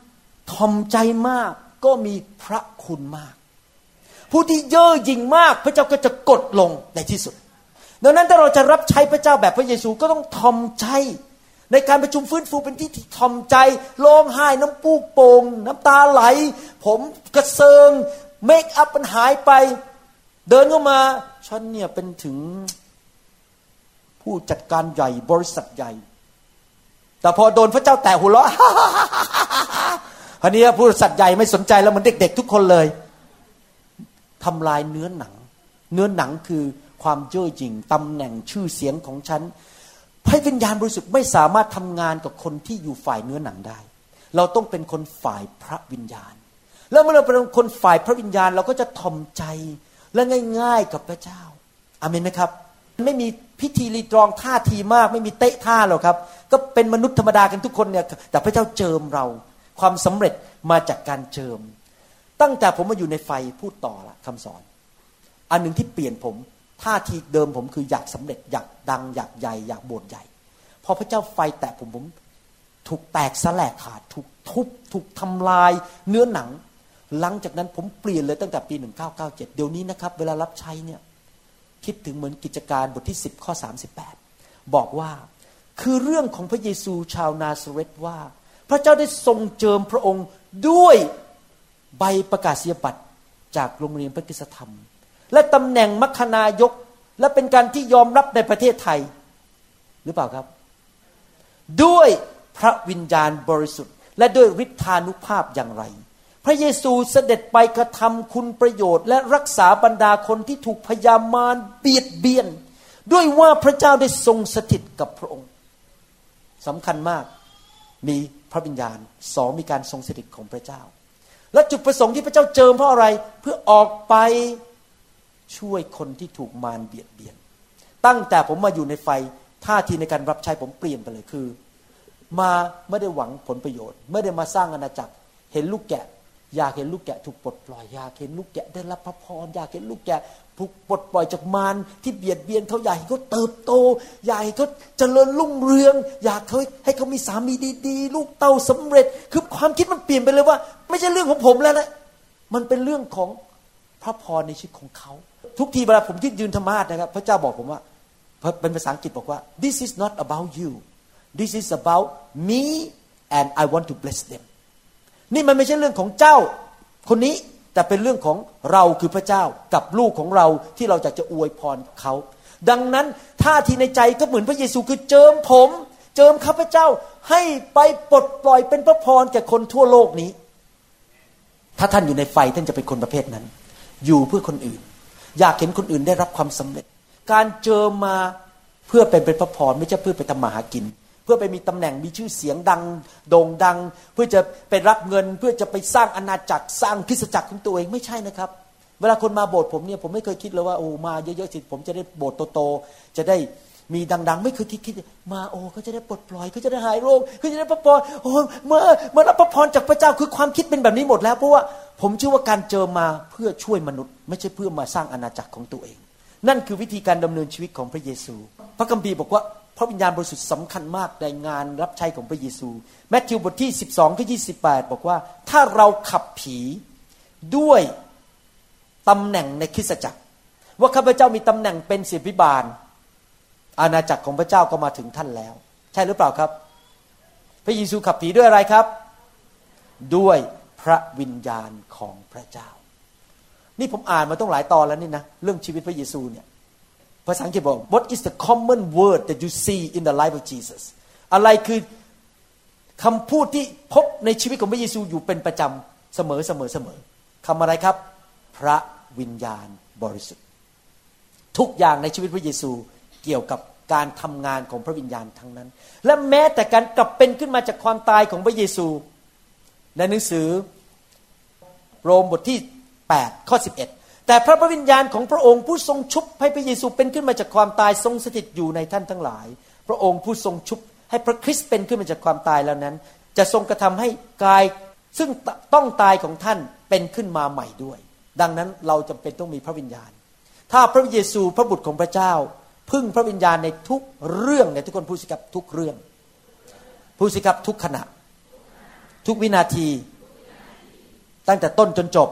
C: ทอมใจมากก็มีพระคุณมากผู้ที่เย่อหยิ่งมากพระเจ้าก็จะกดลงในที่สุดดังนั้นถ้าเราจะรับใช้พระเจ้าแบบพระเยซูก็ต้องทอมใจในการประชุมฟื้นฟูเป็นที่ที่ทอมใจร้องไห้น้ำปูกโป่งน้ำตาไหลผมกระเซิงเมคอัพมันหายไปเดินเข้ามาฉันเนี่ยเป็นถึงผู้จัดการใหญ่บริษัทใหญ่แต่พอโดนพระเจ้าแตะหัวเราะอันนี้ผู้บริษัทใหญ่ไม่สนใจแล้วเหมือนเด็กๆทุกคนเลยทำลายเนื้อหนังเนื้อหนังคือความเย่อหยิ่งตำแหน่งชื่อเสียงของฉันพระวิญญาณบริสุทธิ์ไม่สามารถทำงานกับคนที่อยู่ฝ่ายเนื้อหนังได้เราต้องเป็นคนฝ่ายพระวิญญาณแล้วเมื่อเราเป็นคนฝ่ายพระวิญญาณเราก็จะถ่อมใจและง่ายๆกับพระเจ้าอาเมนไหมครับไม่มีพิธีรีตรองท่าทีมากไม่มีเตะท่าหรอกครับก็เป็นมนุษย์ธรรมดากันทุกคนเนี่ยแต่พระเจ้าเจิมเราความสำเร็จมาจากการเจิมตั้งแต่ผมมาอยู่ในไฟพูดต่อละคำสอนอันหนึ่งที่เปลี่ยนผมท่าทีเดิมผมคืออยากสำเร็จอยากดังอยากใหญ่อยากโบสถ์ใหญ่พอพระเจ้าไฟแตะผมผมถูกแตกสลายขาดถูกทุบถูกทำลายเนื้อหนังหลังจากนั้นผมเปลี่ยนเลยตั้งแต่ปีหนึ่งพันเก้าร้อยเก้าสิบเจ็ดเดี๋ยวนี้นะครับเวลารับใช้เนี่ยคิดถึงเหมือนกิจการบทที่สิบข้อสามสิบแปดบอกว่าคือเรื่องของพระเยซูชาวนาซาเรตว่าพระเจ้าได้ทรงเจิมพระองค์ด้วยใบประกาศนียบัตรจากโรงเรียนพระคริสตธรรมและตำแหน่งมัคคณายกและเป็นการที่ยอมรับในประเทศไทยหรือเปล่าครับด้วยพระวิญญาณบริสุทธิ์และด้วยฤทธานุภาพอย่างไรพระเยซูเสด็จไปกระทำคุณประโยชน์และรักษาบรรดาคนที่ถูกพยามารเบียดเบียนด้วยว่าพระเจ้าได้ทรงสถิตกับพระองค์สำคัญมากมีพระวิญญาณสองมีการทรงสถิตของพระเจ้าและจุดประสงค์ที่พระเจ้าเจิมเพราะอะไรเพื่อออกไปช่วยคนที่ถูกมารเบียดเบียนตั้งแต่ผมมาอยู่ในไฟท่าทีในการรับใช้ผมเปลี่ยนไปเลยคือมาไม่ได้หวังผลประโยชน์ไม่ได้มาสร้างอาณาจักรเห็นลูกแกะอยากเห็นลูกแกะถูกปลดปล่อยอยากเห็นลูกแกะได้รับพระพรอยากเห็นลูกแกะถูกปลดปล่อยจากมารที่เบียดเบียนเขาอยากให้เขาเติบโตอยากให้เขาเจริญรุ่งเรืองอยากให้ให้เขามีสามีดีๆลูกเต้าสำเร็จคือความคิดมันเปลี่ยนไปเลยว่าไม่ใช่เรื่องของผมแล้วนะมันเป็นเรื่องของพระพรในชีวิตของเขาทุกทีเวลาผมที่ยืนธรรมาสนะครับพระเจ้าบอกผมว่าเป็นภาษาอังกฤษบอกว่า this is not about you this is about me and I want to bless them นี่มันไม่ใช่เรื่องของเจ้าคนนี้แต่เป็นเรื่องของเราคือพระเจ้ากับลูกของเราที่เราอยากจะอวยพรเขาดังนั้นท่าทีในใจก็เหมือนพระเยซูคือเจิมผมเจิมข้าพเจ้าให้ไปปลดปล่อยเป็นพระพรแก่คนทั่วโลกนี้ถ้าท่านอยู่ในไฟท่านจะเป็นคนประเภทนั้นอยู่เพื่อคนอื่นอยากเห็นคนอื่นได้รับความสำเร็จการเจิมมาเพื่อเป็นเป็นพระพรไม่ใช่เพื่อไปทำมาหากินเพื่อไปมีตำแหน่งมีชื่อเสียงดังโด่งดังเพื่อจะไปรับเงินเพื่อจะไปสร้างอาณาจักรสร้างคริสตจักรของตัวเองไม่ใช่นะครับเวลาคนมาโบสถ์ผมเนี่ยผมไม่เคยคิดเลยว่าโอ้มาเยอะๆสิผมจะได้โบสถ์โตๆจะได้มีดังๆไม่เคยคิดคิดมาโอ้เขาจะได้ปลดปล่อยเขาจะได้หายโรคเขาจะได้พระพรโอ้เมื่อเมื่อรับพระพรจากพระเจ้าคือความคิดเป็นแบบนี้หมดแล้วเพราะว่าผมเชื่อว่าการเจิมมาเพื่อช่วยมนุษย์ไม่ใช่เพื่อมาสร้างอาณาจักรของตัวเองนั่นคือวิธีการดำเนินชีวิตของพระเยซูพระคัมภีร์บอกว่าพระวิญญาณบริสุทธิ์สำคัญมากในงานรับใช้ของพระเยซูแมทธิวบทที่สิบสองข้อยี่สิบแปดบอกว่าถ้าเราขับผีด้วยตำแหน่งในคริสตจักรว่าข้าพเจ้ามีตำแหน่งเป็นศิษย์พิบาลอาณาจักรของพระเจ้าก็มาถึงท่านแล้วใช่หรือเปล่าครับพระเยซูขับผีด้วยอะไรครับด้วยพระวิญญาณของพระเจ้านี่ผมอ่านมาต้องหลายตอนแล้วนี่นะเรื่องชีวิตพระเยซูเนี่ยภาษาอังกฤษบอก What is the common word that you see in the life of Jesus อะไรคือคำพูดที่พบในชีวิตของพระเยซูอยู่เป็นประจำเสมอเสมอเสมอคำอะไรครับพระวิญญาณบริสุทธิ์ทุกอย่างในชีวิตพระเยซูเกี่ยวกับการทำงานของพระวิญญาณทั้งนั้นและแม้แต่การกลับเป็นขึ้นมาจากความตายของพระเยซูในหนังสือโรมบทที่แปดข้อสิบเอ็ดแต่พระวิญญาณของพระองค์ผู้ทรงชุบให้พระเยซูเป็นขึ้นมาจากความตายทรงสถิตอยู่ในท่านทั้งหลายพระองค์ผู้ทรงชุบให้พระคริสต์เป็นขึ้นมาจากความตายแล้วนั้นจะทรงกระทำให้กายซึ่งต้องตายของท่านเป็นขึ้นมาใหม่ด้วยดังนั้นเราจำเป็นต้องมีพระวิญญาณถ้าพระเยซูพระบุตรของพระเจ้าพึ่งพระวิญญาณในทุกเรื่องในทุกคนพูดสิครับทุกเรื่องพูดสิครับทุกขณะทุกวินาทีตั้งแต่ต้นจนจบ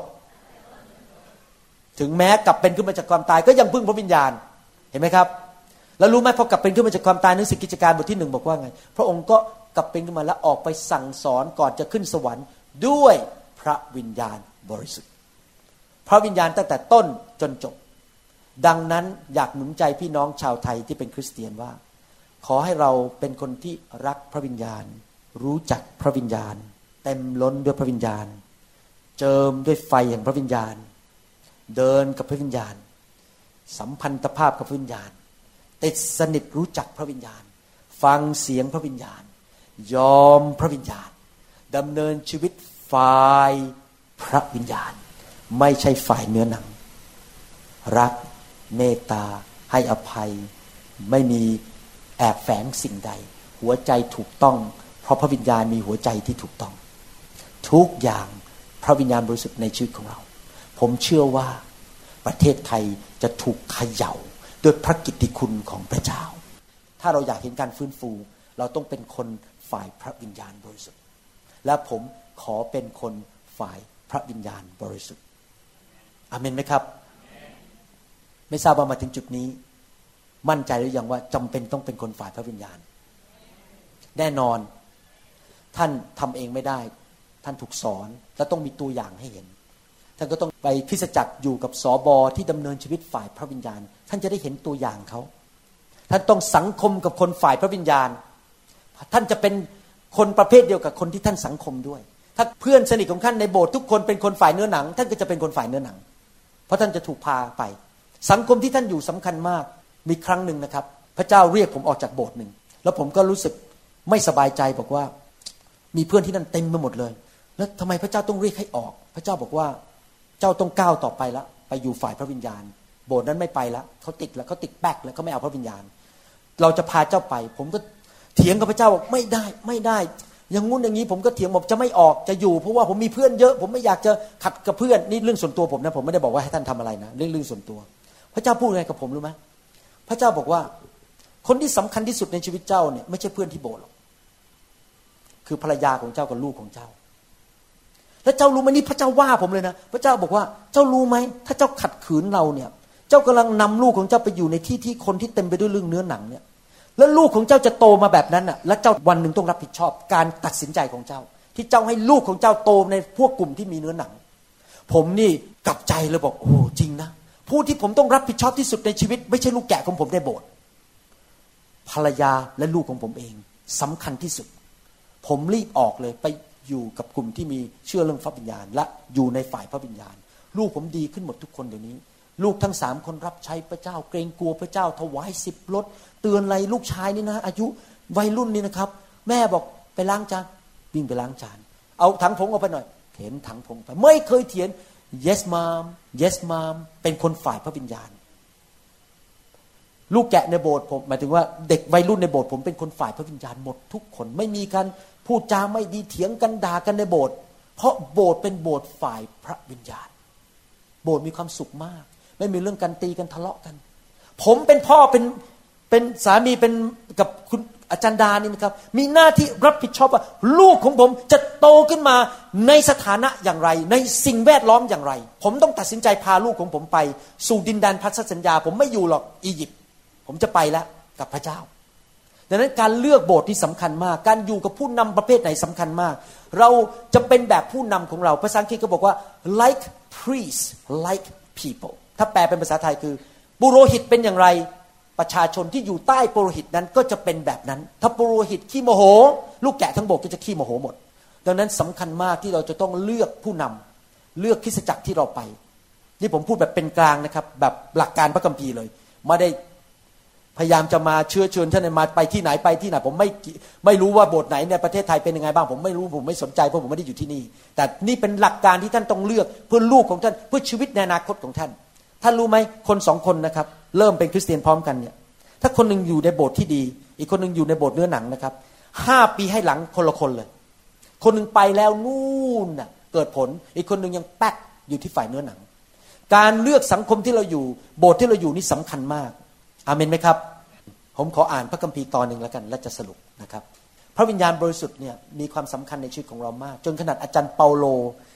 C: ถึงแม้กลับเป็นขึ้นมาจากความตายก็ยังพึ่งพระวิญญาณเห็นไหมครับแล้วรู้ไหมพอกลับเป็นขึ้นมาจากความตายหนังสือกิจการบทที่หนึ่งบอกว่าไงพระองค์ก็กลับเป็นขึ้นมาแล้วออกไปสั่งสอนก่อนจะขึ้นสวรรค์ด้วยพระวิญญาณบริสุทธิ์พระวิญญาณตั้งแต่ต้นจนจบดังนั้นอยากหนุนใจพี่น้องชาวไทยที่เป็นคริสเตียนว่าขอให้เราเป็นคนที่รักพระวิญญาณรู้จักพระวิญญาณเต็มล้นด้วยพระวิญญาณเจิมด้วยไฟแห่งพระวิญญาณเดินกับพระวิญญาณสัมพันธภาพกับพระวิญญาณติดสนิทรู้จักพระวิญญาณฟังเสียงพระวิญญาณยอมพระวิญญาณดำเนินชีวิตฝ่ายพระวิญญาณไม่ใช่ฝ่ายเนื้อหนังรักเมตตาให้อภัยไม่มีแอบแฝงสิ่งใดหัวใจถูกต้องเพราะพระวิญญาณมีหัวใจที่ถูกต้องทุกอย่างพระวิญญาณบริสุทธิ์ในชีวิตของเราผมเชื่อว่าประเทศไทยจะถูกเขย่าด้วยพระกิตติคุณของพระเจ้าถ้าเราอยากเห็นการฟื้นฟูเราต้องเป็นคนฝ่ายพระวิญญาณบริสุทธิ์และผมขอเป็นคนฝ่ายพระวิญญาณบริสุทธิ์อาเมนไหมครับไม่ทราบว่ามาถึงจุดนี้มั่นใจหรือยังว่าจำเป็นต้องเป็นคนฝ่ายพระวิญญาณแน่นอนท่านทำเองไม่ได้ท่านถูกสอนและต้องมีตัวอย่างให้เห็นท่านก็ต้องไปคริสตจักรอยู่กับสบที่ดำเนินชีวิตฝ่ายพระวิญญาณท่านจะได้เห็นตัวอย่างเขาท่านต้องสังคมกับคนฝ่ายพระวิญญาณท่านจะเป็นคนประเภทเดียวกับคนที่ท่านสังคมด้วยถ้าเพื่อนสนิทของท่านในโบสถ์ทุกคนเป็นคนฝ่ายเนื้อหนังท่านก็จะเป็นคนฝ่ายเนื้อหนังเพราะท่านจะถูกพาไปสังคมที่ท่านอยู่สำคัญมากมีครั้งหนึ่งนะครับพระเจ้าเรียกผมออกจากโบสถ์หนึ่งแล้วผมก็รู้สึกไม่สบายใจบอกว่ามีเพื่อนที่นั่นเต็มไปหมดเลยแล้วทำไมพระเจ้าต้องเรียกให้ออกพระเจ้าบอกว่าเจ้าต้องก้าวต่อไปแล้วไปอยู่ฝ่ายพระวิญญาณโบสถ์นั้นไม่ไปแล้วเขาติดแล้วเขาติดแป๊กแล้วเขาไม่เอาพระวิญญาณเราจะพาเจ้าไปผมก็เถียงกับพระเจ้าบอกไม่ได้ไม่ได้อย่างงู้นอย่างนี้ผมก็เถียงบอกจะไม่ออกจะอยู่เพราะว่าผมมีเพื่อนเยอะผมไม่อยากจะขัดกับเพื่อนนี่เรื่องส่วนตัวผมนะผมไม่ได้บอกว่าให้ท่านทำอะไรนะเรื่องเรื่องส่วนตัวพระเจ้าพูดไงกับผมรู้ไหมพระเจ้าบอกว่าคนที่สำคัญที่สุดในชีวิตเจ้าเนี่ยไม่ใช่เพื่อนที่โบสถ์หรอกคือภรรยาของเจ้ากับลูกของเจ้าแล้วเจ้ารู้ไหมนี่พระเจ้าว่าผมเลยนะพระเจ้าบอกว่าเจ้ารู้ไหมถ้าเจ้าขัดขืนเราเนี่ยเจ้ากำลังนำลูกของเจ้าไปอยู่ในที่ที่คนที่เต็มไปด้วยเรื่องเนื้อหนังเนี่ยแล้วลูกของเจ้าจะโตมาแบบนั้นน่ะและเจ้าวันหนึ่งต้องรับผิดชอบการตัดสินใจของเจ้าที่เจ้าให้ลูกของเจ้าโตในพวกกลุ่มที่มีเนื้อหนังผมนี่กลับใจเลยบอกโอ้จริงนะผู้ที่ผมต้องรับผิดชอบที่สุดในชีวิตไม่ใช่ลูกแกะของผมในโบสถ์ภรรยาและลูกของผมเองสำคัญที่สุดผมรีบออกเลยไปอยู่กับกลุ่มที่มีเชื่อเรื่องพระวิญญาณและอยู่ในฝ่ายพระวิญญาณลูกผมดีขึ้นหมดทุกคนเดี๋ยวนี้ลูกทั้งสามคนรับใช้พระเจ้าเกรงกลัวพระเจ้าถวายสิบรถเตือนอะไรลูกชายนี่นะอายุวัยรุ่นนี่นะครับแม่บอกไปล้างจานวิ่งไปล้างจานเอาถังผงออกไปหน่อยเห็นถังผงไปไม่เคยเถียง yes mom yes mom เป็นคนฝ่ายพระวิญญาณลูกแกะในโบสถ์ผมหมายถึงว่าเด็กวัยรุ่นในโบสถ์ผมเป็นคนฝ่ายพระวิญญาณหมดทุกคนไม่มีการพูดจาไม่ดีเถียงกันด่ากันในโบสถ์เพราะโบสถ์เป็นโบสถ์ฝ่ายพระวิญญาณโบสถ์มีความสุขมากไม่มีเรื่องการตีกันทะเลาะกันผมเป็นพ่อเป็นเป็นสามีเป็นกับคุณอาจารย์ดานี่นะครับมีหน้าที่รับผิดชอบว่าลูกของผมจะโตขึ้นมาในสถานะอย่างไรในสิ่งแวดล้อมอย่างไรผมต้องตัดสินใจพาลูกของผมไปสู่ดินแดนพันธสัญญาผมไม่อยู่หรอกอียิปต์ผมจะไปแล้วกับพระเจ้าดังนั้นการเลือกโบสถ์ที่สำคัญมากการอยู่กับผู้นำประเภทไหนสำคัญมากเราจะเป็นแบบผู้นำของเราภาษาอังกฤษก็บอกว่า like priests like people ถ้าแปลเป็นภาษาไทยคือปุโรหิตเป็นอย่างไรประชาชนที่อยู่ใต้ปุโรหิตนั้นก็จะเป็นแบบนั้นถ้าปุโรหิตขี้โมโหลูกแกะทั้งโบสถ์ก็จะขี้โมโหหมดดังนั้นสำคัญมากที่เราจะต้องเลือกผู้นำเลือกคริสตจักรที่เราไปนี่ผมพูดแบบเป็นกลางนะครับแบบหลักการพระคัมภีร์เลยไม่ได้พยายามจะมาเชื้อเชิญท่านมาไปที่ไหนไปที่ไหนผมไม่ไม่รู้ว่าโบสถ์ไหนในประเทศไทยเป็นยังไงบ้างผมไม่รู้ผมไม่สนใจเพราะผมไม่ได้อยู่ที่นี่แต่นี่เป็นหลักการที่ท่านต้องเลือกเพื่อลูกของท่านเพื่อชีวิตในอนาคตของท่านท่านรู้ไหมคนสองคนนะครับเริ่มเป็นคริสเตียนพร้อมกันเนี่ยถ้าคนหนึ่งอยู่ในโบสถ์ที่ดีอีกคนหนึ่งอยู่ในโบสถ์เนื้อหนังนะครับห้าปีให้หลังคนละคนเลยคนหนึ่งไปแล้วนู่นน่ะเกิดผลอีกคนหนึ่งยังแป๊กอยู่ที่ฝ่ายเนื้อหนังการเลือกสังคมที่เราอยู่โบสถ์ที่เราอยู่นี่สำคัญมากอาเมนไหมครับผมขออ่านพระคัมภีร์ตอนหนึ่งแล้วกันและจะสรุปนะครับพระวิญญาณบริสุทธิ์เนี่ยมีความสำคัญในชีวิตของเรามากจนขนาดอาจารย์เปาโล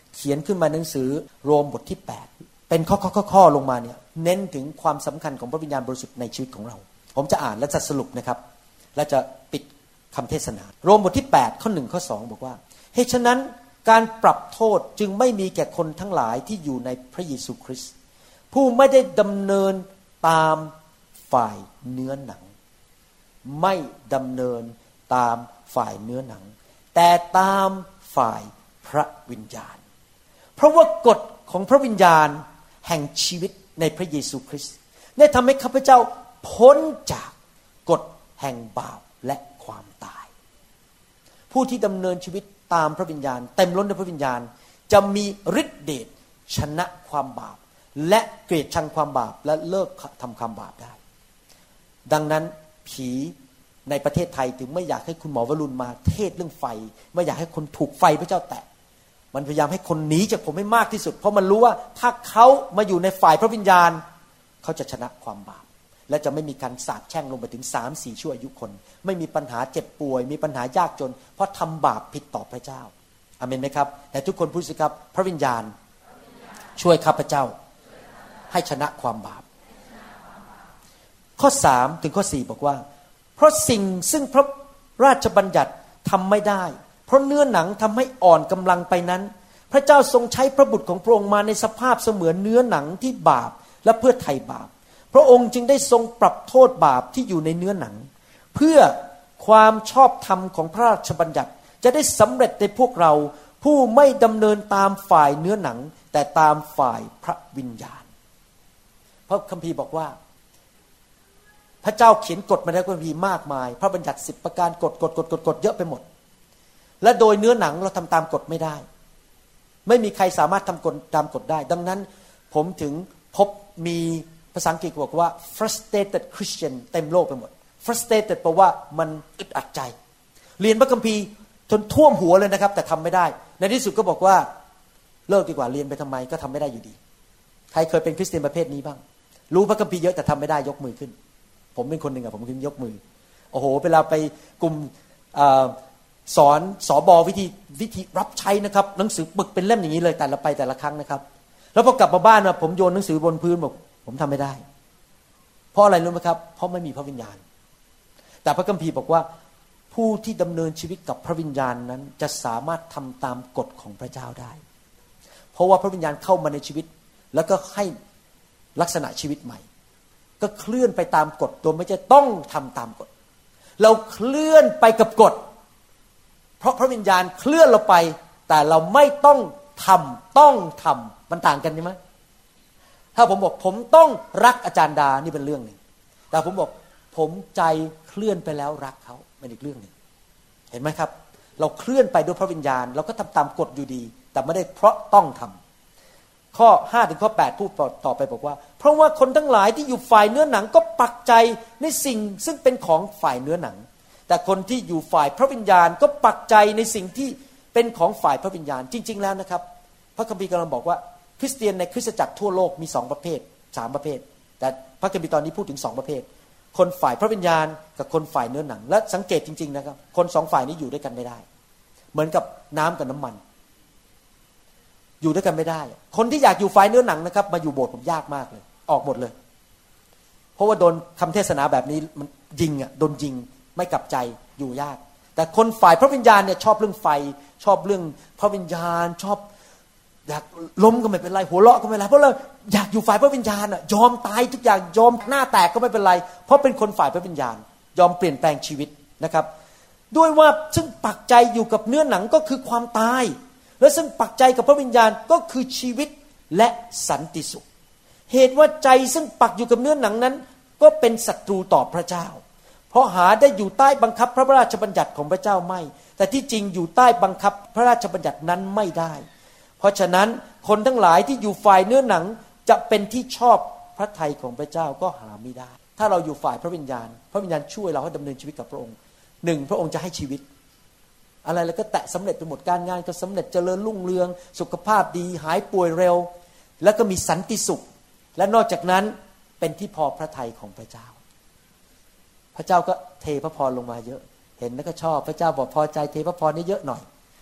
C: เขียนขึ้นมาหนังสือโรมบทที่แปดเป็นข้อๆๆลงมาเนี่ยเน้นถึงความสำคัญของพระวิญญาณบริสุทธิ์ในชีวิตของเราผมจะอ่านและจะสรุปนะครับและจะปิดคำเทศนาโรมบทที่แปดข้อหนึ่งข้อสองบอกว่าเหตุฉะนั้นการปรับโทษจึงไม่มีแก่คนทั้งหลายที่อยู่ในพระเยซูคริสต์ผู้ไม่ได้ดำเนินตามฝ่ายเนื้อหนังไม่ดำเนินตามฝ่ายเนื้อหนังแต่ตามฝ่ายพระวิญญาณเพราะว่ากฎของพระวิญญาณแห่งชีวิตในพระเยซูคริสต์ได้ทำให้ข้าพเจ้าพ้นจากกฎแห่งบาปและความตายผู้ที่ดำเนินชีวิตตามพระวิญญาณเต็มล้นด้วยพระวิญญาณจะมีฤทธิเดชชนะความบาปและเกลียดชังความบาปและเลิกทำความบาปได้ดังนั้นผีในประเทศไทยถึงไม่อยากให้คุณหมอวรุณมาเทศเรื่องไฟไม่อยากให้คนถูกไฟพระเจ้าแตะมันพยายามให้คนหนีจากผมให้มากที่สุดเพราะมันรู้ว่าถ้าเขามาอยู่ในฝ่ายพระวิญญาณเขาจะชนะความบาปและจะไม่มีการสาปแช่งลงไปถึง สามสี่ ชั่วอายุคนไม่มีปัญหาเจ็บป่วยมีปัญหายากจนเพราะทำบาปผิดต่อพระเจ้าอาเมนไหมครับแต่ทุกคนพูดสิครับพระวิญญาณช่วยข้าพเจ้าให้ชนะความบาปข้อสามถึงข้อสี่บอกว่าเพราะสิ่งซึ่งพระราชบัญญัติทำไม่ได้เพราะเนื้อหนังทำให้อ่อนกำลังไปนั้นพระเจ้าทรงใช้พระบุตรของพระองค์มาในสภาพเสมือนเนื้อหนังที่บาปและเพื่อไถ่บาปพระองค์จึงได้ทรงปรับโทษบาปที่อยู่ในเนื้อหนังเพื่อความชอบธรรมของพระราชบัญญัติจะได้สำเร็จในพวกเราผู้ไม่ดำเนินตามฝ่ายเนื้อหนังแต่ตามฝ่ายพระวิญญาณพระคัมภีร์บอกว่าพระเจ้าเขียนกฎมาในพระคัมภีร์มากมายพระบัญญัติสิบประการกฎกฎกฎกฎกฎเยอะไปหมดและโดยเนื้อหนังเราทำตามกฎไม่ได้ไม่มีใครสามารถทำกฎตามกฎได้ดังนั้นผมถึงพบมีภาษาอังกฤษบอกว่า frustrated Christian เต็มโลกไปหมด frustrated แปลว่ามันอึดอัดใจเรียนพระคัมภีร์จนท่วมหัวเลยนะครับแต่ทำไม่ได้ในที่สุดก็บอกว่าเลิกดีกว่าเรียนไปทำไมก็ทำไม่ได้อยู่ดีใครเคยเป็นคริสเตียนประเภทนี้บ้างรู้พระคัมภีร์เยอะแต่ทำไม่ได้ยกมือขึ้นผมเป็นคนหนึ่งอะผมขึ้นยกมือโอ้โหเวลาไปกลุ่มสอนสอบอวิธีวิธีรับใช้นะครับหนังสือปึกเป็นเล่มอย่างนี้เลยแต่ละไปแต่ละครั้งนะครับแล้วพอกลับมาบ้านมาผมโยนหนังสือบนพื้นบอกผมทำไม่ได้เพราะอะไรรู้ไหมครับเพราะไม่มีพระวิญญาณแต่พระคัมภีร์บอกว่าผู้ที่ดำเนินชีวิตกับพระวิญญาณนั้นจะสามารถทำตามกฎของพระเจ้าได้เพราะว่าพระวิญญาณเข้ามาในชีวิตแล้วก็ให้ลักษณะชีวิตใหม่ก็เคลื่อนไปตามกฎโดยไม่ใช่ต้องทำตามกฎเราเคลื่อนไปกับกฎเพราะพระวิญญาณเคลื่อนเราไปแต่เราไม่ต้องทำต้องทำมันต่างกันใช่ไหมถ้าผมบอกผมต้องรักอาจารย์ดานี่เป็นเรื่องหนึ่งแต่ผมบอกผมใจเคลื่อนไปแล้วรักเขาเป็นอีกเรื่องหนึ่งเห็นไหมครับเราเคลื่อนไปด้วยพระวิญญาณเราก็ทำตามกฎอยู่ดีแต่ไม่ได้เพราะต้องทำข้อห้าถึงข้อแปดพูดต่อไปบอกว่าเพราะว่าคนทั้งหลายที่อยู่ฝ่ายเนื้อหนังก็ปักใจในสิ่งซึ่งเป็นของฝ่ายเนื้อหนังแต่คนที่อยู่ฝ่ายพระวิญญาณก็ปักใจในสิ่งที่เป็นของฝ่ายพระวิญญาณจริงๆแล้วนะครับพระคัมภีร์กำลังบอกว่าคริสเตียนในคริสตจักรทั่วโลกมีสองประเภทสามประเภทแต่พระคัมภีร์ตอนนี้พูดถึงสองประเภทคนฝ่ายพระวิญญาณกับคนฝ่ายเนื้อหนังและสังเกตจริงๆนะครับคนสองฝ่ายนี้อยู่ด้วยกันไม่ได้เหมือนกับน้ำกับน้ำมันอยู่ด้วยกันไม่ได้คนที่อยากอยู่ฝ่ายเนื้อหนังนะครับมาอยู่โบสถ์ผมยากมากเลยออกหมดเลยเพราะว่าโดนคำเทศนาแบบนี้มันยิงอ่ะโดนยิงไม่กลับใจอยู่ยากแต่คนฝ่ายพระวิญญาณเนี่ยชอบเรื่องไฟชอบเรื่องพระวิญญาณชอบอยากล้มก็ไม่เป็นไรหัวเราะก็ไม่เป็นไรเพราะเราอยากอยู่ฝ่ายพระวิญญาณอ่ะยอมตายทุกอย่างยอมหน้าแตกก็ไม่เป็นไรเพราะเป็นคนฝ่ายพระวิญญาณยอมเปลี่ยนแปลงชีวิตนะครับด้วยว่าซึ่งปักใจอยู่กับเนื้อหนังก็คือความตายและซึ่งปักใจกับพระวิญญาณก็คือชีวิตและสันติสุขเหตุว่าใจซึ่งปักอยู่กับเนื้อหนังนั้นก็เป็นศัตรูต่อพระเจ้าเพราะหาได้อยู่ใต้บังคับพระราชบัญญัติของพระเจ้าไม่แต่ที่จริงอยู่ใต้บังคับพระราชบัญญัตินั้นไม่ได้เพราะฉะนั้นคนทั้งหลายที่อยู่ฝ่ายเนื้อหนังจะเป็นที่ชอบพระทัยของพระเจ้าก็หาไม่ได้ถ้าเราอยู่ฝ่ายพระวิญญาณพระวิญญาณช่วยเราให้ดำเนินชีวิตกับพระองค์หนึ่งพระองค์จะให้ชีวิตอะไรแล้วก็แตะสำเร็จไปหมดการงานก็สำเร็จเจริญรุ่งเรืองสุขภาพดีหายป่วยเร็วแล้วก็มีสันติสุขและนอกจากนั้นเป็นที่พอพระทัยของพระเจ้าพระเจ้าก็เทพระพรลงมาเยอะเห็นแล้วก็ชอบพระเจ้าบอกพอใจเทพระพรนี่เยอะหน่อย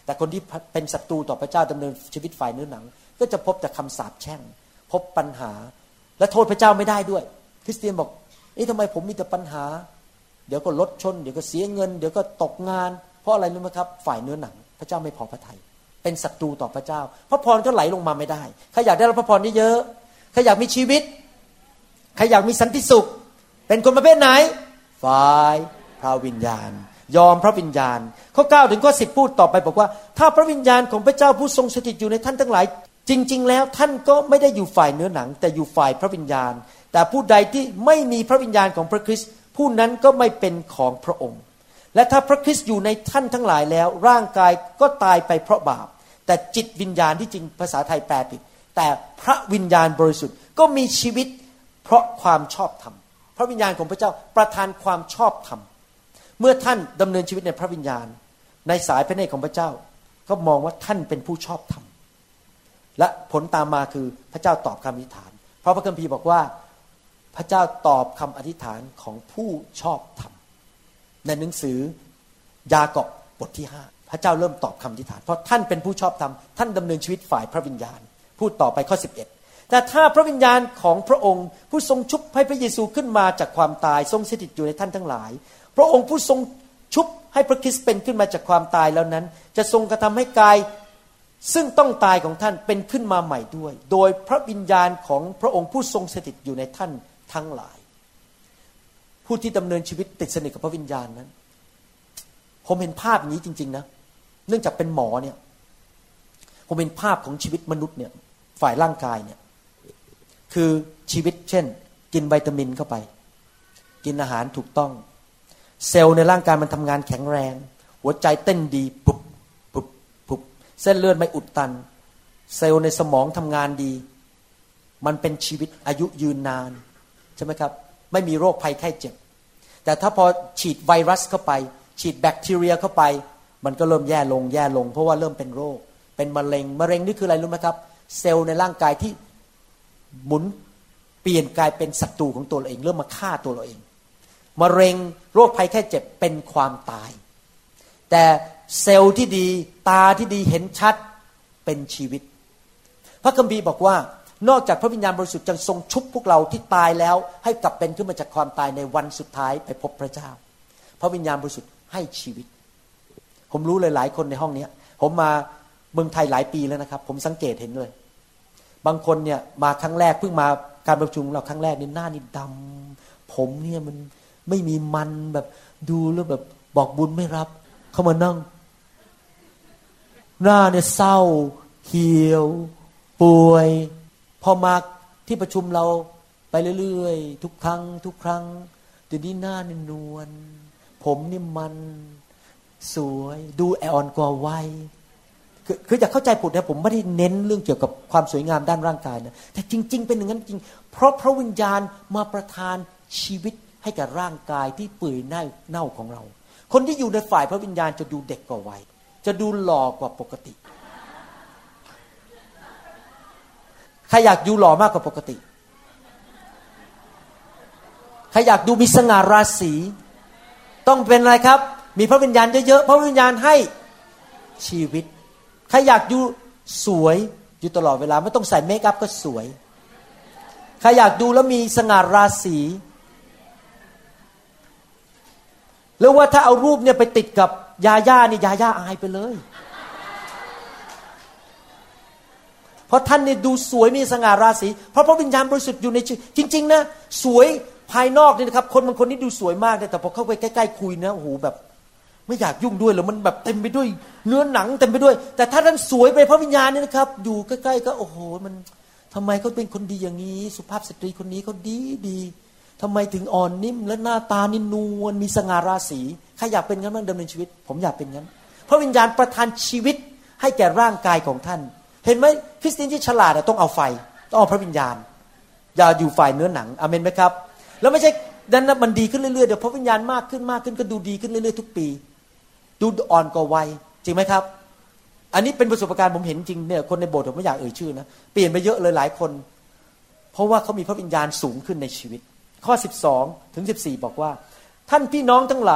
C: แต่คนที่เป็นศัตรูต่อพระเจ้าดำเนินชีวิตฝ่ายเนื้อหนังก็จะพบแต่คำสาปแช่งพบปัญหาและโทษพระเจ้าไม่ได้ด้วยคริสเตียนบอกเอ๊ะทำไมผมมีแต่ปัญหาเดี๋ยวก็รถชนเดี๋ยวก็เสียเงินเดี๋ยวก็ตกงานเพราะอะไรรู้ไหมครับฝ่ายเนื้อหนังพระเจ้าไม่พอพระทัยเป็นศัตรูต่อพระเจ้าพระพรก็ไหลลงมาไม่ได้ใครอยากได้รับพระพรเยอะๆใครอยากมีชีวิตใครอยากมีสันติสุขเป็นคนประเภทไหนฝ่ายพระวิญญาณยอมพระวิญญาณข้อเก้าถึงข้อสิบพูดต่อไปบอกว่าถ้าพระวิญญาณของพระเจ้าผู้ทรงสถิตอยู่ในท่านทั้งหลายจริงๆแล้วท่านก็ไม่ได้อยู่ฝ่ายเนื้อหนังแต่อยู่ฝ่ายพระวิญญาณแต่ผู้ใดที่ไม่มีพระวิญญาณของพระคริสต์ผู้นั้นก็ไม่เป็นของพระองค์และถ้าพระคริสต์อยู่ในท่านทั้งหลายแล้วร่างกายก็ตายไปเพราะบาปแต่จิตวิญญาณที่จริงภาษาไทยแปลผิดแต่พระวิญญาณบริสุทธิ์ก็มีชีวิตเพราะความชอบธรรมพระวิญญาณของพระเจ้าประทานความชอบธรรมเมื่อท่านดำเนินชีวิตในพระวิญญาณในสายพระเนตรของพระเจ้าก็มองว่าท่านเป็นผู้ชอบธรรมและผลตามมาคือพระเจ้าตอบคำอธิษฐานเพราะพระคัมภีร์บอกว่าพระเจ้าตอบคำอธิษฐานของผู้ชอบธรรมในหนังสือยากอบบทที่ห้าพระเจ้าเริ่มตอบคำอธิษฐานเพราะท่านเป็นผู้ชอบธรรมท่านดำเนินชีวิตฝ่ายพระวิญญาณพูดต่อไปข้อสิบเอ็ดแต่ถ้าพระวิญญาณของพระองค์ผู้ทรงชุบให้พระเยซูขึ้นมาจากความตายทรงสถิตอยู่ในท่านทั้งหลายพระองค์ผู้ทรงชุบให้พระคริสต์เป็นขึ้นมาจากความตายแล้วนั้นจะทรงกระทำให้กายซึ่งต้องตายของท่านเป็นขึ้นมาใหม่ด้วยโดยพระวิญญาณของพระองค์ผู้ทรงสถิตอยู่ในท่านทั้งหลายผู้ที่ดำเนินชีวิตติดสนิทกับพระวิญญาณนั้นผมเห็นภาพอย่างนี้จริงๆนะเนื่องจากเป็นหมอเนี่ยผมเห็นภาพของชีวิตมนุษย์เนี่ยฝ่ายร่างกายเนี่ยคือชีวิตเช่นกินวิตามินเข้าไปกินอาหารถูกต้องเซลล์ในร่างกายมันทำงานแข็งแรงหัวใจเต้นดีปุบปุบปุบเส้นเลือดไม่อุดตันเซลล์ในสมองทำงานดีมันเป็นชีวิตอายุยืนนานใช่ไหมครับไม่มีโรคภัยไข้เจ็บแต่ถ้าพอฉีดไวรัสเข้าไปฉีดแบคทีเรียเข้าไปมันก็เริ่มแย่ลงแย่ลงเพราะว่าเริ่มเป็นโรคเป็นมะเร็งมะเร็งนี่คืออะไรรู้ไหมครับเซลล์ในร่างกายที่หมุนเปลี่ยนกลายเป็นศัตรูของตัวเราเองเริ่มมาฆ่าตัวเราเองมะเร็งโรคภัยแค่เจ็บเป็นความตายแต่เซลล์ที่ดีตาที่ดีเห็นชัดเป็นชีวิตพระคัมภีร์บอกว่านอกจากพระวิญญาณบริสุทธิ์จะทรงชุบพวกเราที่ตายแล้วให้กลับเป็นขึ้นมาจากความตายในวันสุดท้ายไปพบพระเจ้าพระวิญญาณบริสุทธิ์ให้ชีวิตผมรู้เลยหลายคนในห้องนี้ผมมาเมืองไทยหลายปีแล้วนะครับผมสังเกตเห็นเลยบางคนเนี่ยมาครั้งแรกเพิ่งมาการประชุมเราครั้งแรกนี่หน้านี่ดำผมเนี่ยมันไม่มีมันแบบดูแล้วแบบบอกบุญไม่รับเข้ามานั่งหน้าเนี่ยเศร้าเหี่ยวป่วยพอมาที่ประชุมเราไปเรื่อยๆทุกครั้งทุกครั้งเดี๋ยวนี้หน้าเนี่ยนวลผมนี่มันสวยดูอ่อนกว่าวัยคือคืออยากเข้าใจผมนะผมไม่ได้เน้นเรื่องเกี่ยวกับความสวยงามด้านร่างกายนะแต่จริงๆเป็นอย่างนั้นจริงเพราะพระวิญญาณมาประทานชีวิตให้กับร่างกายที่เปื่อยเน่าเน่าของเราคนที่อยู่ในฝ่ายพระวิญญาณจะดูเด็กกว่าวัยจะดูหล่อกว่าปกติใครอยากดูหล่อมากกว่าปกติใครอยากดูมีสง่าราศีต้องเป็นอะไรครับมีพระวิญญาณเยอะๆพระวิญญาณให้ชีวิตใครอยากดูสวยอยู่ตลอดเวลาไม่ต้องใส่เมคอัพก็สวยใครอยากดูแล้วมีสง่าราศีหรือว่าถ้าเอารูปเนี่ยไปติดกับยาย่านี่ยาย่าอายไปเลยเพราะท่านเนี่ยดูสวยมีสง่าราศีเพราะพระวิญญาณบริสุทธิ์อยู่ในชีวิตจริงๆนะสวยภายนอกนี่นะครับคนบางคนนี่ดูสวยมากแต่พอเข้าไปใกล้ๆคุยนะโอ้โหแบบไม่อยากยุ่งด้วยหรอกมันแบบเต็มไปด้วยเนื้อหนังเต็มไปด้วยแต่ถ้าท่านสวยไปพระวิญญาณนี่นะครับอยู่ใกล้ๆก็โอ้โหมันทำไมเขาเป็นคนดีอย่างนี้สุภาพสตรีคนนี้เขาดีดีทำไมถึงอ่อนนิ่มและหน้าตานี่นวลมีสง่าราศีใครอยากเป็นงั้นบ้างดำเนินชีวิตผมอยากเป็นงั้นพระวิญญาณประทานชีวิตให้แก่ร่างกายของท่านเห็นไหมคริสเตียนที่ฉลาดต้องเอาไฟต้องเอาพระวิญญาณอย่าอยู่ฝ่ายเนื้อหนังอาเมนไหมครับแล้วไม่ใช่ดันนะมันดีขึ้นเรื่อยๆเดี๋ยวพระวิญญาณมากขึ้นมากขึ้นก็ดูดีขึ้นเรื่อยๆทุกปีดูอ่อนกว่าวัยจริงไหมครับอันนี้เป็นประสบการณ์ผมเห็นจริงเนี่ยคนในโบสถ์ผมไม่อยากเอ่ยชื่อนะเปลี่ยนไปเยอะเลยหลายคนเพราะว่าเขามีพระวิญญาณสูงขึ้นในชีวิตข้อสิบสองถึงสิบสี่บอกว่าท่านพี่น้องทั้งหลาย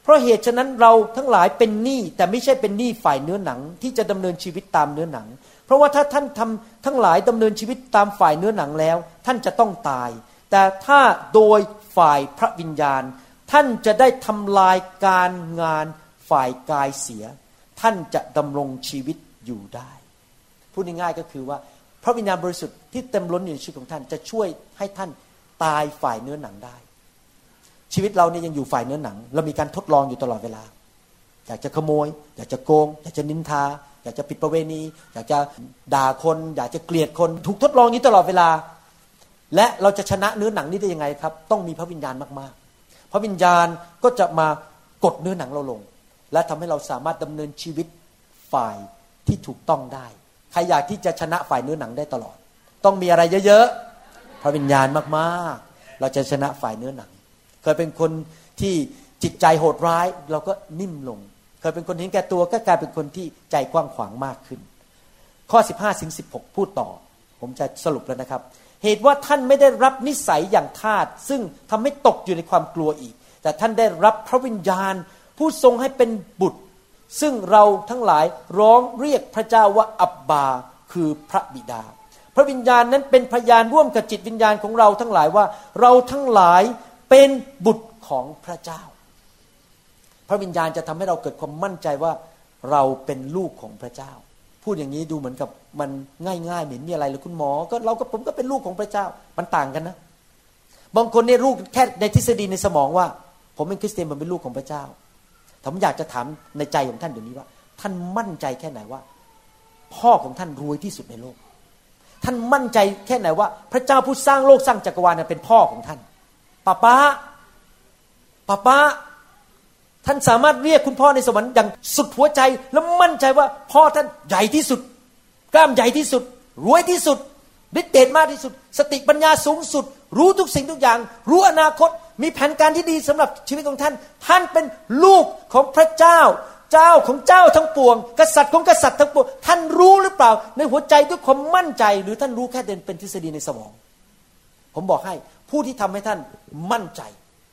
C: เพราะเหตุฉะนั้นเราทั้งหลายเป็นหนี้แต่ไม่ใช่เป็นหนี้ฝ่ายเนื้อหนังที่จะดำเนินชีวิตตามเนื้อหนังเพราะว่าถ้าท่านทำทั้งหลายดำเนินชีวิตตามฝ่ายเนื้อหนังแล้วท่านจะต้องตายแต่ถ้าโดยฝ่ายพระวิญญาณท่านจะได้ทำลายการงานฝ่ายกายเสียท่านจะดำรงชีวิตอยู่ได้พูดง่ายๆก็คือว่าพระวิญญาณบริสุทธิ์ที่เต็มล้นอยู่ในชีวิตของท่านจะช่วยให้ท่านตายฝ่ายเนื้อหนังได้ชีวิตเราเนี่ยยังอยู่ฝ่ายเนื้อหนังเรามีการทดลองอยู่ตลอดเวลาอยากจะขโมยอยากจะโกงอยากจะนินทาอยากจะผิดประเวณีอยากจะด่าคนอยากจะเกลียดคนถูกทดลองนี้ตลอดเวลาและเราจะชนะเนื้อหนังนี้ได้ยังไงครับต้องมีพระวิญญาณมากๆพระวิญญาณก็จะมากดเนื้อหนังเราลงและทำให้เราสามารถดำเนินชีวิตฝ่ายที่ถูกต้องได้ใครอยากที่จะชนะฝ่ายเนื้อหนังได้ตลอดต้องมีอะไรเยอะๆพระวิญญาณมากๆเราจะชนะฝ่ายเนื้อหนังเคยเป็นคนที่จิตใจโหดร้ายเราก็นิ่มลงเคยเป็นคนเห็นแก่ตัวก็กลายเป็นคนที่ใจกว้างขวางมากขึ้นข้อสิบห้าถึงสิบหกพูดต่อผมจะสรุปแล้วนะครับเหตุว่าท่านไม่ได้รับนิสัยอย่างทาสซึ่งทำให้ตกอยู่ในความกลัวอีกแต่ท่านได้รับพระวิญญาณผู้ทรงให้เป็นบุตรซึ่งเราทั้งหลายร้องเรียกพระเจ้าว่าอับบาคือพระบิดาพระวิญญาณนั้นเป็นพยานร่วมกับจิตวิญญาณของเราทั้งหลายว่าเราทั้งหลายเป็นบุตรของพระเจ้าพระวิญญาณจะทำให้เราเกิดความมั่นใจว่าเราเป็นลูกของพระเจ้าพูดอย่างนี้ดูเหมือนกับมันง่ายๆเหมือนมีอะไรเลยคุณหมอก็เราก็ผมก็เป็นลูกของพระเจ้ามันต่างกันนะบางคนเนี่ยลูกแค่ในทฤษฎีในสมองว่าผมเป็นคริสเตียนผมเป็นลูกของพระเจ้าผมอยากจะถามในใจของท่านเดี๋ยวนี้ว่าท่านมั่นใจแค่ไหนว่าพ่อของท่านรวยที่สุดในโลกท่านมั่นใจแค่ไหนว่าพระเจ้าผู้สร้างโลกสร้างจักรวาลเป็นพ่อของท่านป้าป้าป้าป้าท่านสามารถเรียกคุณพ่อในสวรรค์อย่างสุดหัวใจและมั่นใจว่าพ่อท่านใหญ่ที่สุดกล้ามใหญ่ที่สุดรวยที่สุดฤทธิ์เดชมากที่สุดสติปัญญาสูงสุดรู้ทุกสิ่งทุกอย่างรู้อนาคตมีแผนการที่ดีสำหรับชีวิตของท่านท่านเป็นลูกของพระเจ้าเจ้าของเจ้าทั้งปวงกษัตริย์ของกษัตริย์ทั้งปวงท่านรู้หรือเปล่าในหัวใจด้วยความมั่นใจหรือท่านรู้แค่เป็นทฤษฎีในสมองผมบอกให้ผู้ที่ทำให้ท่านมั่นใจ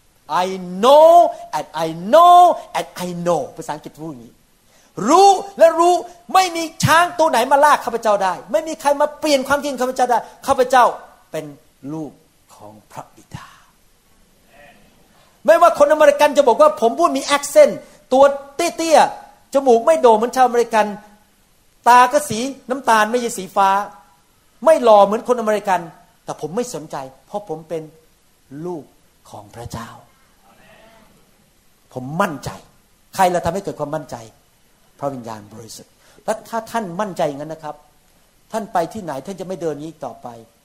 C: I know and I know and I know ภาษาอังกฤษพูดอย่างนี้รู้และรู้ไม่มีช้างตัวไหนมาลากข้าพเจ้าได้ไม่มีใครมาเปลี่ยนความจริงข้าพเจ้าได้ข้าพเจ้าเป็นลูกของพระบิดาไม่ว่าคนอเมริกันจะบอกว่าผมพูดมีแอคเซนต์ตัวเตี้ยๆจมูกไม่โด่งเหมือนชาวอเมริกันตาก็สีน้ำตาลไม่ใช่สีฟ้าไม่หล่อเหมือนคนอเมริกันแต่ผมไม่สนใจเพราะผมเป็นลูกของพระเจ้าผมมั่นใจใครละทำให้เกิดความมั่นใจพระวิญญาณบริสุทธิ์และถ้าท่านมั่นใจอย่างนั้นนะครับท่านไปที่ไหนท่านจะไม่เดินนี้ต่อไป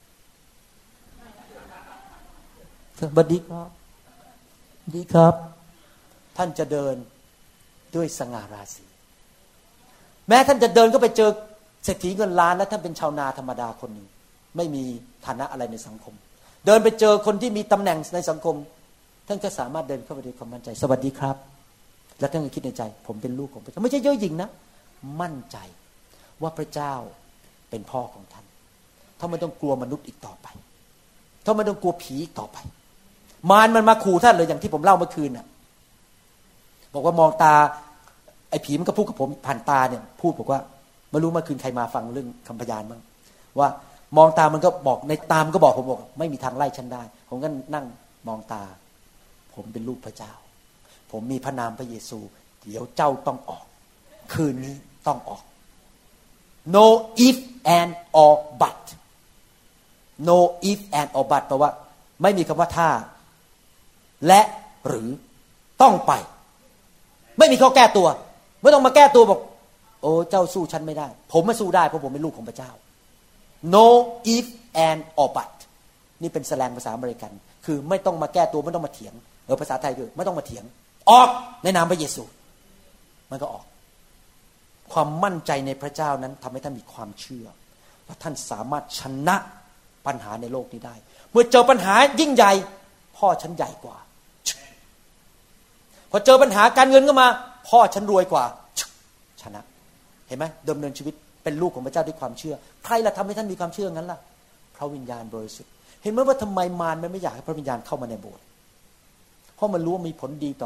C: สวัสดีครับดีครับท่านจะเดินด้วยสง่าราศีแม้ท่านจะเดินก็ไปเจอเศรษฐีเงินล้านและท่านเป็นชาวนาธรรมดาคนหนึ่งไม่มีฐานะอะไรในสังคมเดินไปเจอคนที่มีตำแหน่งในสังคมท่านก็สามารถเดินเข้าไปด้วยความมั่นใจสวัสดีครับแล้วท่านก็คิดในใจผมเป็นลูกของพระเจ้าไม่ใช่เย่อหยิ่งนะมั่นใจว่าพระเจ้าเป็นพ่อของท่านท่านไม่ต้องกลัวมนุษย์อีกต่อไปท่านไม่ต้องกลัวผีอีกต่อไปมารมันมาขู่ท่านเลยอย่างที่ผมเล่าเมื่อคืนน่ะบอกว่ามองตาไอ้ผีมันก็พูดกับผมผ่านตาเนี่ยพูดบอกว่าไม่รู้เมื่อคืนใครมาฟังเรื่องคำพยานบ้างว่ามองตามันก็บอกในตามก็บอกผมบอกไม่มีทางไล่ฉันได้ผมก็นั่งมองตาผมเป็นลูกพระเจ้าผมมีพระนามพระเยซูเดี๋ยวเจ้าต้องออกคืนนี้ต้องออก no if and or but no if and or but แปลว่าไม่มีคำว่าถ้าและหรือต้องไปไม่มีข้อแก้ตัวไม่ต้องมาแก้ตัวบอกโอ้เจ้าสู้ฉันไม่ได้ผมมาสู้ได้เพราะผมเป็นลูกของพระเจ้า no if and or but นี่เป็นแสลงภาษาอเมริกันคือไม่ต้องมาแก้ตัวไม่ต้องมาเถียงเออภาษาไทยคือไม่ต้องมาเถียงออกในนามพระเยซูมันก็ออกความมั่นใจในพระเจ้านั้นทำให้ท่านมีความเชื่อว่าท่านสามารถชนะปัญหาในโลกนี้ได้เมื่อเจอปัญหายิ่งใหญ่พ่อฉันใหญ่กว่าพอเจอปัญหาการเงินก็มาพ่อฉันรวยกว่าชนะเห็นไหมดำเนินชีวิตเป็นลูกของพระเจ้าด้วยความเชื่อใครล่ะทำให้ท่านมีความเชื่องั้นล่ะพระวิญญาณบริสุทธิ์เห็นไหมว่าทำไมมารมันไม่อยากให้พระวิญญาณเข้ามาในโบสถ์เพราะมันรู้ว่ามีผลดีต่อ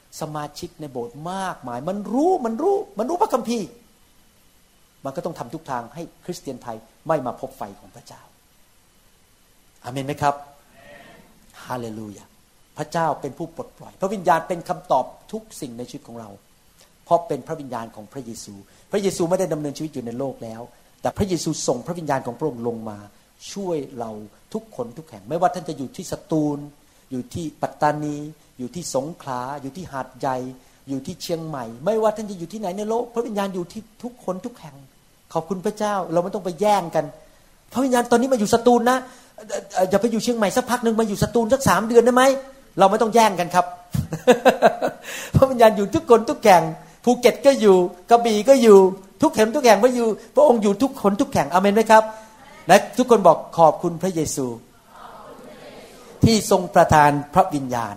C: สมาชิกในโบสถ์มากมายมันรู้มันรู้มันรู้พระคัมภีร์มันก็ต้องทำทุกทางให้คริสเตียนไทยไม่มาพบไฟของพระเจ้าอาเมนไหมครับฮาเลลูยาพระเจ้าเป็นผู้ปลดปล่อยพระวิญญาณเป็นคำตอบทุกสิ่งในชีวิตของเราเพราะเป็นพระวิญญาณของพระเยซูพระเยซูไม่ได้ดำเนินชีวิตอยู่ในโลกแล้วแต่พระเยซูส่งพระวิญญาณของพระองค์ลงมาช่วยเราทุกคนทุกแห่งไม่ว่าท่านจะอยู่ที่สตูลอยู่ที่ปัตตานีอยู่ที่สงขลาอยู่ที่หาดใหญ่อยู่ที่เชียงใหม่ไม่ว่าท่านจะอยู่ที่ไหนในโลกพระวิญญาณอยู่ที่ทุกคนทุกแห่งขอบคุณพระเจ้าเราไม่ต้องไปแย่งกันพระวิญญาณตอนนี้มาอยู่สตูลนะอย่าไปอยู่เชียงใหม่สักพักนึงมาอยู่สตูลสักสามเดือนได้ไหมเราไม่ต้องแย่งกันครับ พระวิญญาณอยู่ทุกคนทุกแห่งภูเก็ตก็อยู่กระบี่ก็อยู่ทุกแห่งทุกแห่งมาอยู่พระองค์อยู่ทุกคนทุกแห่งอาเมนไหมครับและทุกคนบอกขอบคุณพระเยซูที่ทรงประทานพระวิญญาณ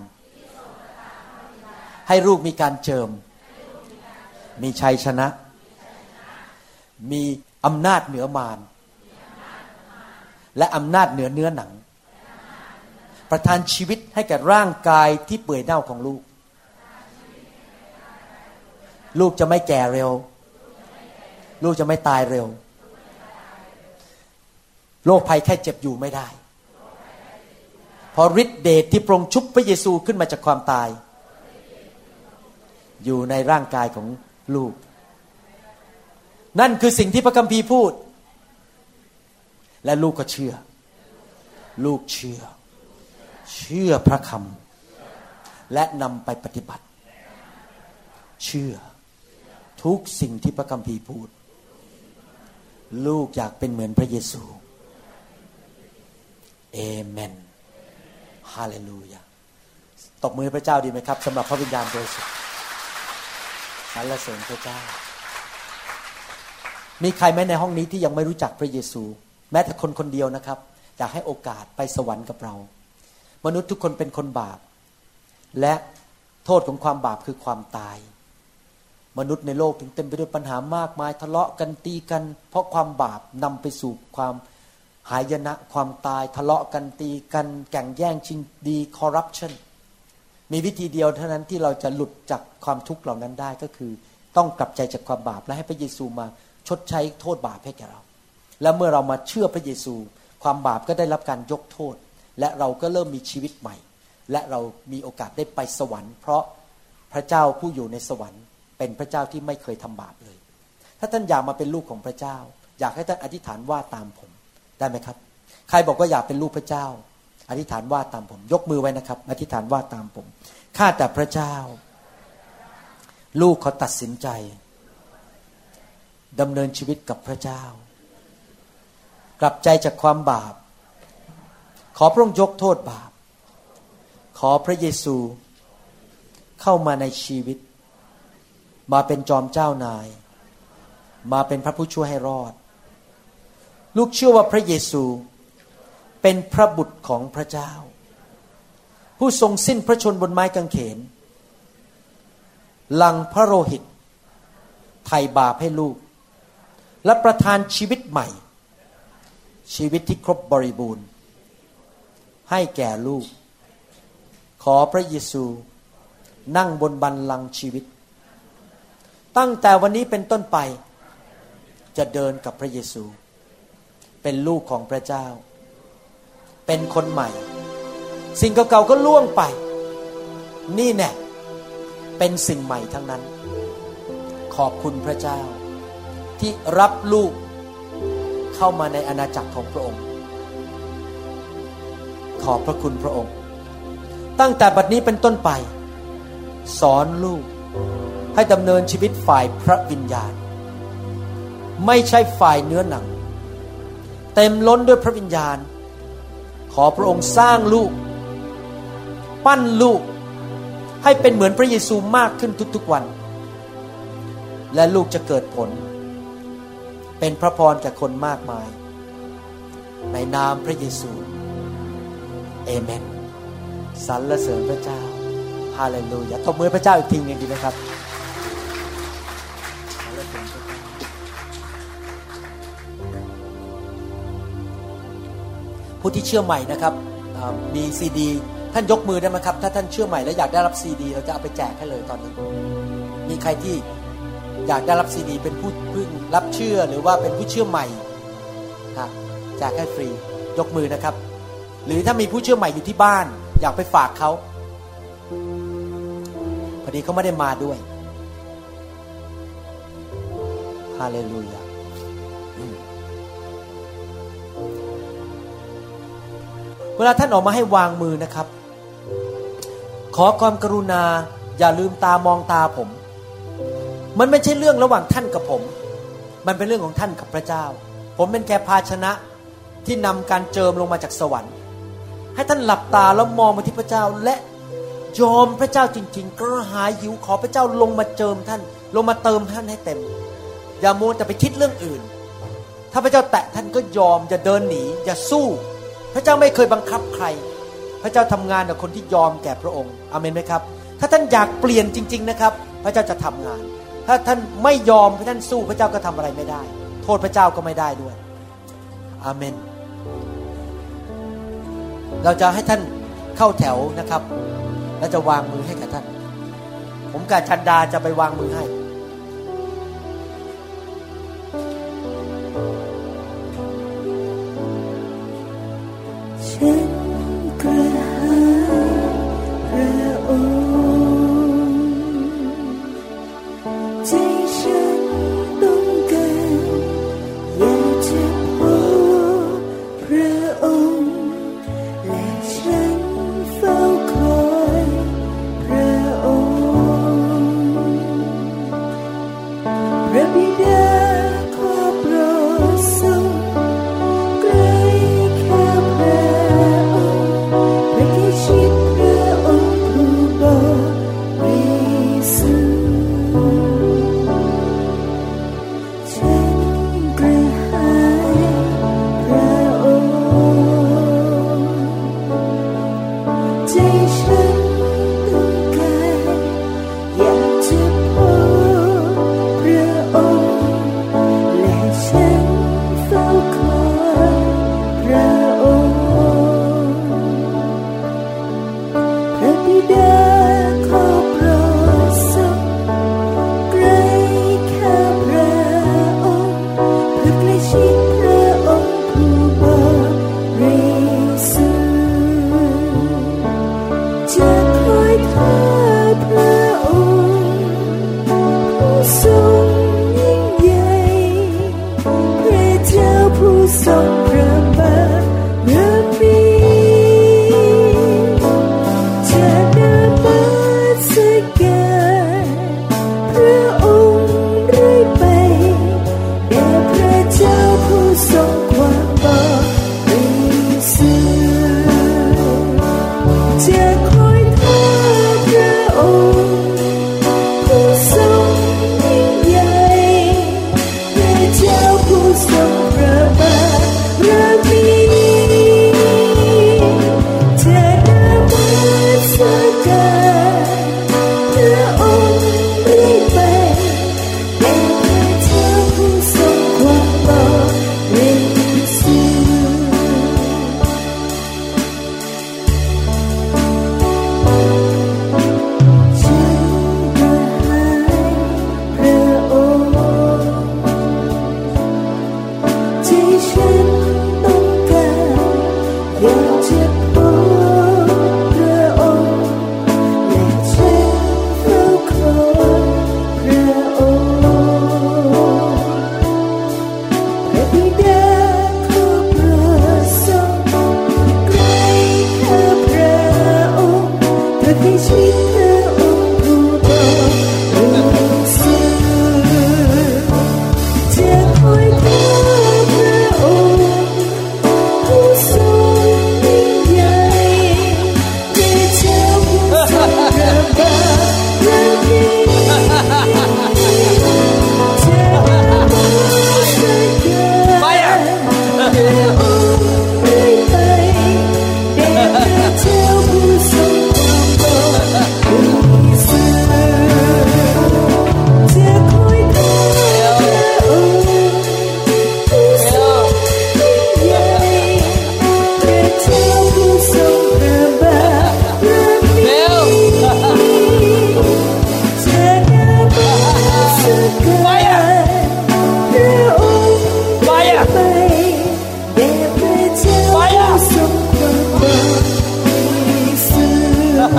C: ให้ลูกมีการเจิมมีชัยชนะมีอำนาจเหนือมารและอำนาจเหนือเนื้อหนังประทานชีวิตให้แก่ร่างกายที่เปื่อยเน่าของลูกลูกจะไม่แก่เร็วลูกจะไม่ตายเร็วโรคภัยแค่เจ็บอยู่ไม่ได้เพราะฤทธิเดชที่พระองค์ชุบพระเยซูขึ้นมาจากความตายอยู่ในร่างกายของลูกนั่นคือสิ่งที่พระคัมภีร์พูดและลูกก็เชื่อลูกเชื่อเชื่อพระคำและนำไปปฏิบัติเชื่อทุกสิ่งที่พระคัมภีร์พูดลูกอยากเป็นเหมือนพระเยซูเอเมนฮาเลลูยาตบมือพระเจ้าดีไหมครับสำหรับพระวิญญาณบริสุทธิ์สรรเสริญพระเจ้ามีใครไหมในห้องนี้ที่ยังไม่รู้จักพระเยซูแม้แต่คนคนเดียวนะครับอยากให้โอกาสไปสวรรค์กับเรามนุษย์ทุกคนเป็นคนบาปและโทษของความบาปคือความตายมนุษย์ในโลกถึงเต็มไปด้วยปัญหามากมายทะเลาะกันตีกันเพราะความบาปนำไปสู่ความหายนะความตายทะเลาะกันตีกันแข่งแย่งชิงดีคอร์รัปชันมีวิธีเดียวเท่านั้นที่เราจะหลุดจากความทุกข์เหล่านั้นได้ก็คือต้องกลับใจจากความบาปและให้พระเยซูมาชดใช้โทษบาปให้แก่เราและเมื่อเรามาเชื่อพระเยซูความบาปก็ได้รับการยกโทษและเราก็เริ่มมีชีวิตใหม่และเรามีโอกาสได้ไปสวรรค์เพราะพระเจ้าผู้อยู่ในสวรรค์เป็นพระเจ้าที่ไม่เคยทำบาปเลยถ้าท่านอยากมาเป็นลูกของพระเจ้าอยากให้ท่านอธิษฐานว่าตามผมได้ไหมครับใครบอกว่าอยากเป็นลูกพระเจ้าอธิษฐานว่าตามผมยกมือไว้นะครับอธิษฐานว่าตามผมข้าแต่พระเจ้าลูกขอตัดสินใจดำเนินชีวิตกับพระเจ้ากลับใจจากความบาปขอพระองค์ยกโทษบาปขอพระเยซูเข้ามาในชีวิตมาเป็นจอมเจ้านายมาเป็นพระผู้ช่วยให้รอดลูกเชื่อว่าพระเยซูเป็นพระบุตรของพระเจ้าผู้ทรงสิ้นพระชนม์บนไม้กางเขนหลั่งพระโลหิตไถ่บาปให้ลูกและประทานชีวิตใหม่ชีวิตที่ครบบริบูรณ์ให้แก่ลูกขอพระเยซูนั่งบนบัลลังก์ชีวิตตั้งแต่วันนี้เป็นต้นไปจะเดินกับพระเยซูเป็นลูกของพระเจ้าเป็นคนใหม่สิ่งเก่าๆก็ล่วงไปนี่แน่เป็นสิ่งใหม่ทั้งนั้นขอบคุณพระเจ้าที่รับลูกเข้ามาในอาณาจักรของพระองค์ขอบพระคุณพระองค์ตั้งแต่บัดนี้เป็นต้นไปสอนลูกให้ดำเนินชีวิตฝ่ายพระวิญญาณไม่ใช่ฝ่ายเนื้อหนังเต็มล้นด้วยพระวิญญาณขอพระองค์สร้างลูกปั้นลูกให้เป็นเหมือนพระเยซูมากขึ้นทุกๆวันและลูกจะเกิดผลเป็นพระพรแก่คนมากมายในนามพระเยซูเอเมนสรรเสริญพระเจ้าฮาเลลูยาตบมือพระเจ้าอีกทีนึงดีไหมครับผู้ที่เชื่อใหม่นะครับมีซีดีท่านยกมือได้ไหมครับถ้าท่านเชื่อใหม่และอยากได้รับซีดีเราจะเอาไปแจกให้เลยตอนนี้มีใครที่อยากได้รับซีดีเป็นผู้เพิ่งรับเชื่อหรือว่าเป็นผู้เชื่อใหม่ครับแจกให้ฟรียกมือนะครับหรือถ้ามีผู้เชื่อใหม่อยู่ที่บ้านอยากไปฝากเขาพอดีเขาไม่ได้มาด้วยฮาเลลูยาเวลาท่านออกมาให้วางมือนะครับขอความกรุณาอย่าลืมตามองตาผมมันไม่ใช่เรื่องระหว่างท่านกับผมมันเป็นเรื่องของท่านกับพระเจ้าผมเป็นแค่ภาชนะที่นำการเจิมลงมาจากสวรรค์ให้ท่านหลับตาแล้วมองมาที่พระเจ้าและยอมพระเจ้าจริงๆกระหายหิวขอพระเจ้าลงมาเจิมท่านลงมาเติมท่านให้เต็มอย่ามัวแต่ไปคิดเรื่องอื่นถ้าพระเจ้าแตะท่านก็ยอมอย่าเดินหนีอย่าสู้พระเจ้าไม่เคยบังคับใครพระเจ้าทำงานกับคนที่ยอมแก่พระองค์อาเมนไหมครับถ้าท่านอยากเปลี่ยนจริงๆนะครับพระเจ้าจะทำงานถ้าท่านไม่ยอมท่านสู้พระเจ้าก็ทำอะไรไม่ได้โทษพระเจ้าก็ไม่ได้ด้วยอาเมนเราจะให้ท่านเข้าแถวนะครับแล้วจะวางมือให้กับท่านผมกับชันดาจะไปวางมือให้
D: ฉันกระหายพระองค์ใจฉันต้องการอยากจะพบพระองค์และฉันเฝ้าคอยพระองค์พระบิดาขอโปรดทรงใกล้แค่พระ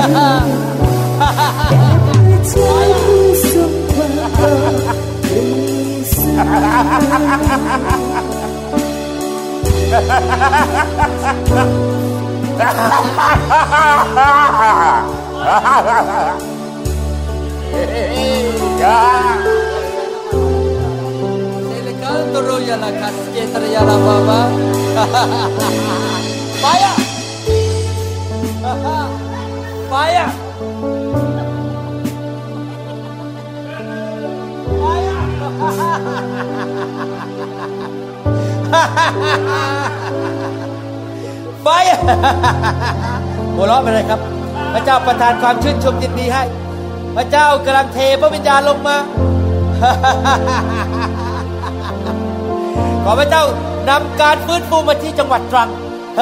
C: Fire! Fire! Fire! หัวเราะไปเลยครับพระเจ้าประทานความชื่นชมยินดีให้พระเจ้ากำลังเทพระวิญญาณลงมาขอพระเจ้านำการฟื้นฟูมาที่จังหวัดตรัง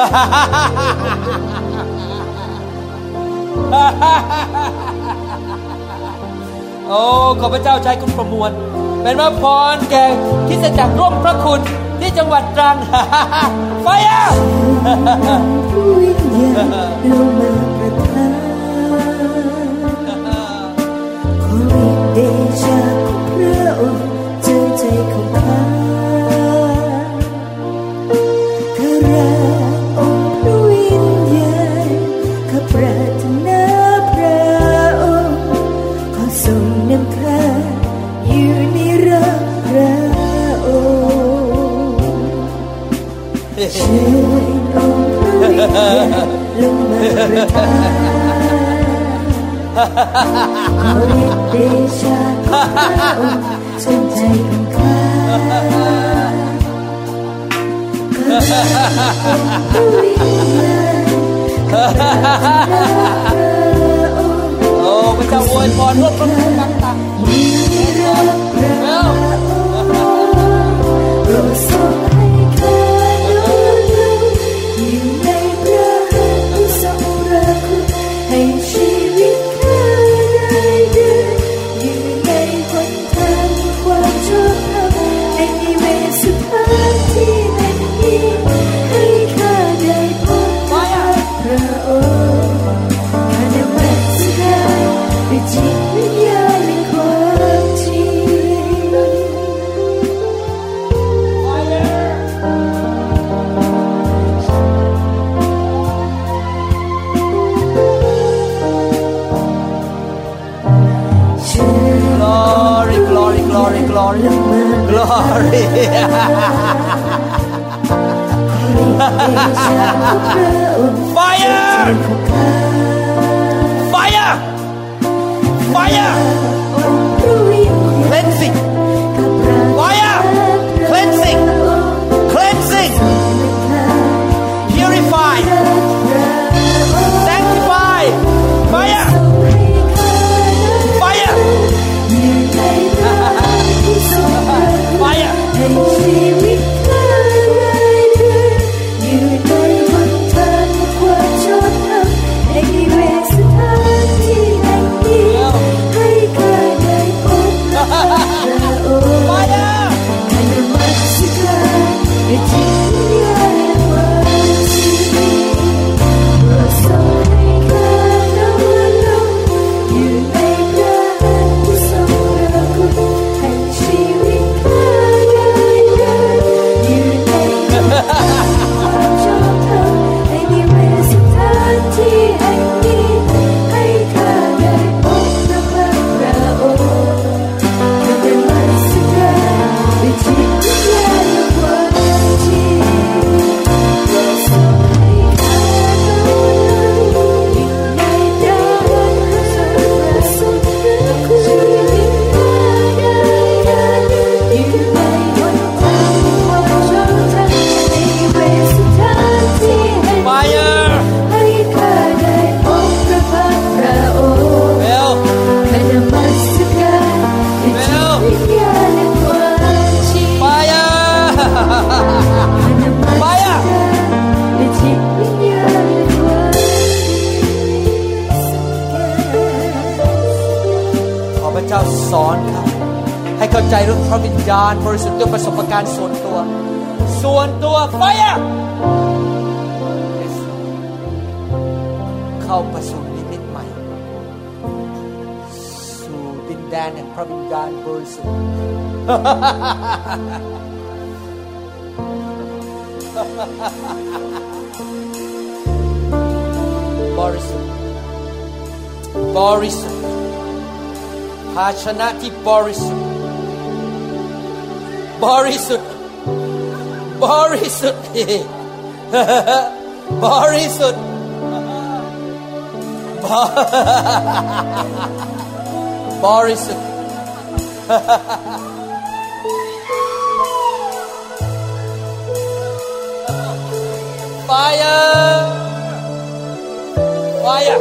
C: โอ้ขอพระเจ้าใช้คุณประมวลเป็นพระพรแก่คริสตจักรร่วมพระคุณที่จังหวัดตรังไฟอ่ะ
D: ผู้ยิ่งใหญ่ลงมาประทานขอฤทธิ์เดชะของพระองค์เจิมใจของข้าข้ารักองค์พระวิญญาณข้าปรารถนาพระองค์ขอทรงนำข้าอยู่ในรักพระองค์เชิญองค์พระวิญญาณลงมาประทานขอฤทธิ์เดชะของพระองค์เจิมใจของข้าข้ารักองค์พระวิญญาณข้าปรารถนาพระองค์โอ้พระเจ้าอวยพรร่วมพระคุณต่างๆอยู่ในรักพระองค์โปรดทรงให้ข้าน้อมลงอยู่ในพระหัตถ์ผู้ทรงรักคุณให้ชีวิตข้าได้เดินอยู่ในหนทางความชอบธรรมในนิเวศสถานที่แห่งนี้ให้ข้าได้พบพระองค์ข้านมัสการด้วยจิตวิญญาณและความจริง
C: Glory, glory, glory, glory, glory. Fire! Fire! Fire! Cleansing. Fire! Cleansing. Cleansing. Purify. Sanctify. Fire! Fire! Fire!
D: ให้ชีวิตข้าได้เดินอยู่ในหนทางความชอบธรรมในนิเวศสถานที่แห่งนี้ให้ข้าได้พบพระองค์ข้านมัสการด้วยจิตวิญญาณและความจริงโปรดทรงให้ข้าน้อมลงอยู่ในพระหัตถ์ผู้ทรงพระคุณให้ชีวิตข้าได้เดินอยู่ในหนทางความชอบธรรมในนิเวศสถานที่แห่งนี้ให้ข้าได้พบพระพักตร์พระองค์ข้านมัสการด้วยจิตวิญญาณและความจริงโปรดทรงให้ข้าน้อมลงอยู่ในพระหัตถ์ผู้ทรงพระคุณชีวิตข้าได้เดินอยู่ในหนทางความชอบธรรมในนิเวศสถานที่แห่งนี้
C: Fire!
D: ให้ข้าได้พบพระพักตร์พระองค์
C: Well,
D: ข้านมัสการด้วยจิตวิญญาณและความจริง
C: fire!
D: ข้านมัสการด้วยจิตวิญญาณและความจริง
C: ขอพระเจ้าสอนเขาให้เข้าใจเรื่องพระวิญญาณบริสุทธิ์ด้วยประสบการณ์ส่วนตัวส่วนตัวไฟอ่ะเข้าประสบนิมิตใหม่แดนแห่งพระวิญญาณบริสุทธิ์บริสุทธิ์บริสุทธิ์ภาชนะที่บริสุทธิ์บริสุทธิ์บริสุทธิ์บริสุทธิ์บริสุทธิ์Fire Fire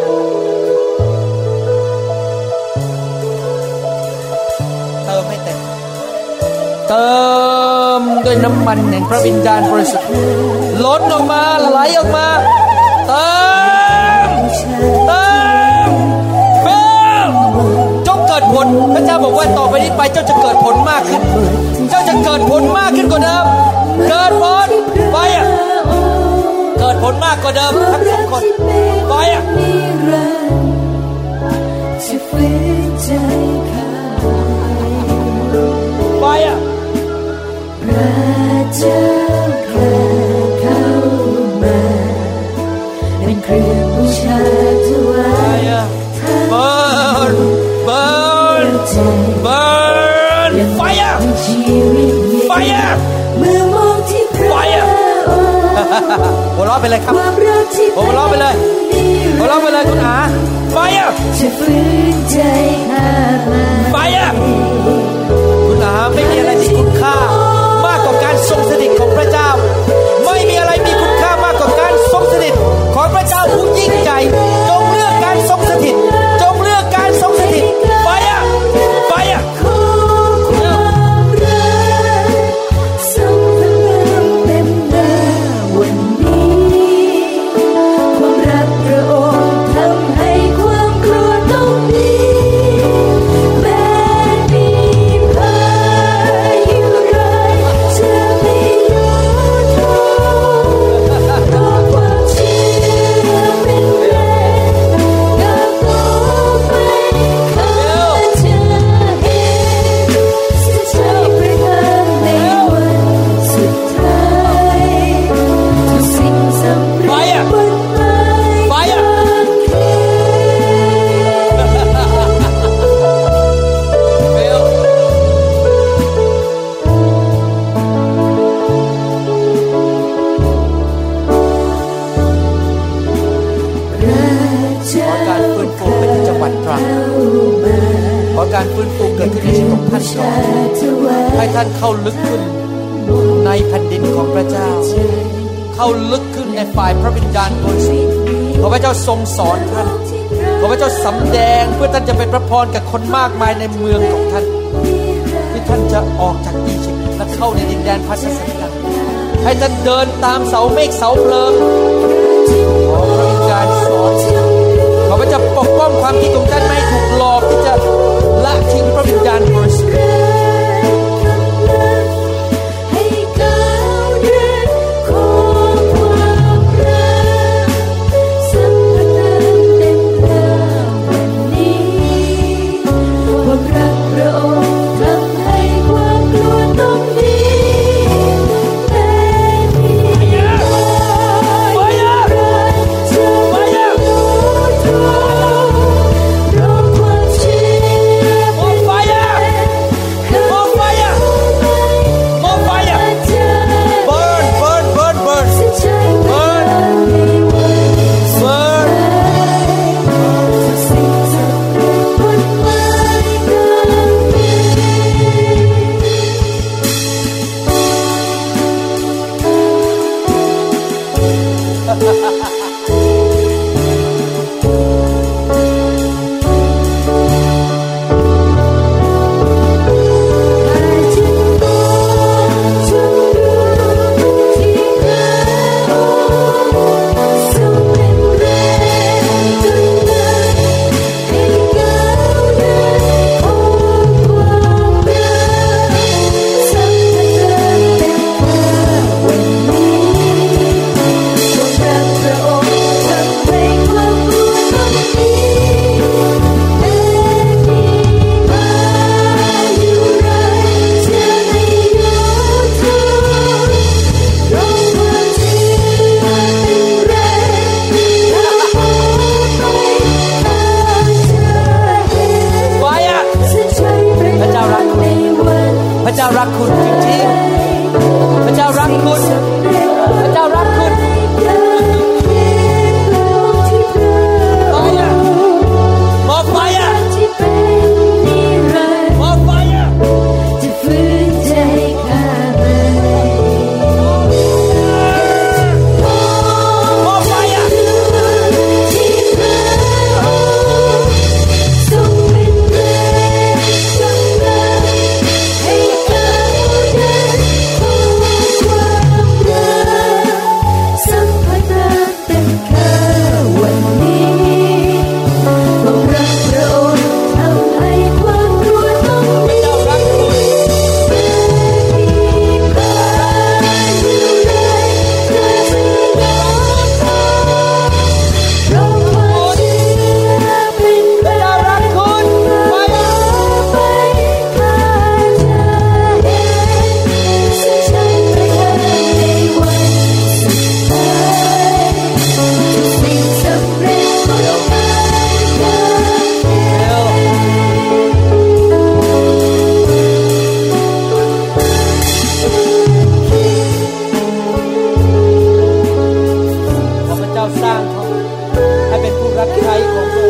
C: เติมให้เต็มเติมด้วยน้ำมันแห่งพระวิญญาณบริสุทธิ์ล้นออกมาไหลออกมาเติมเติมเติมจงเกิดผลพระเจ้าบอกว่าต่อไปนี้ไปเจ้าจะเกิดผลมากขึ้นเจ้าจะเกิดผลมากขึ้นกว่าเดิมเกิดผลไปอ่ะเกิดผลมากกว่าเดิมทั้งสองคนไปอ่ะไปอ่ะ
D: พระเจ้าข้าเข้ามาเป็นเครื่องบูชาถวาย
C: เบิร์นเบิร์นเบิร์นไฟอ่ะไฟอ่ะ
D: เมื่อมองที่พระ
C: หัวเราะไปเลยครับหัวเราะไปเลยหัวเราะไปเลยคุณอาไฟอ่ะ
D: จะฟื้นใจข้ามา
C: ไฟอ่ะคุณอาไม่มีอะไรมีคุณค่ามากกว่าการทรงสถิตของพระเจ้าไม่มีอะไรมีคุณค่ามากกว่าการทรงสถิตของพระเจ้าผู้ยิ่งใหญ่จงเลือกการทรงสถิตจงเลือกการทรงสถิตไฟอ่ะไฟอ่ะการฟื้นฟูเกิดขึ้นในชีวิตของท่านก่อนให้ท่านเข้าลึกขึ้นในแผ่นดินของพระเจ้าเข้าลึกขึ้นในฝ่ายพระวิญญาณบริสุทธิ์ขอพระเจ้าทรงสอนท่านขอพระเจ้าสำแดงเพื่อท่านจะเป็นพระพรกับคนมากมายในเมืองของท่านที่ท่านจะออกจากอียิปต์และเข้าในดินแดนพันธสัญญาให้ท่านเดินตามเสาเมฆเสาเพลิงขอพระวิญญาณสอนขอพระเจ้าปกป้องความคิดของท่านไม่ถูกหลอกที่จะละทิ้งพระวิญญาณบริสุทธิ์
D: ให้ก้าวเดินของความรักสัมพันธ์เต็มเล่าวันนี้ความรักพระองค์ทำให้ความกลัวต้องมีแต่มีพระรักจะไม่รู้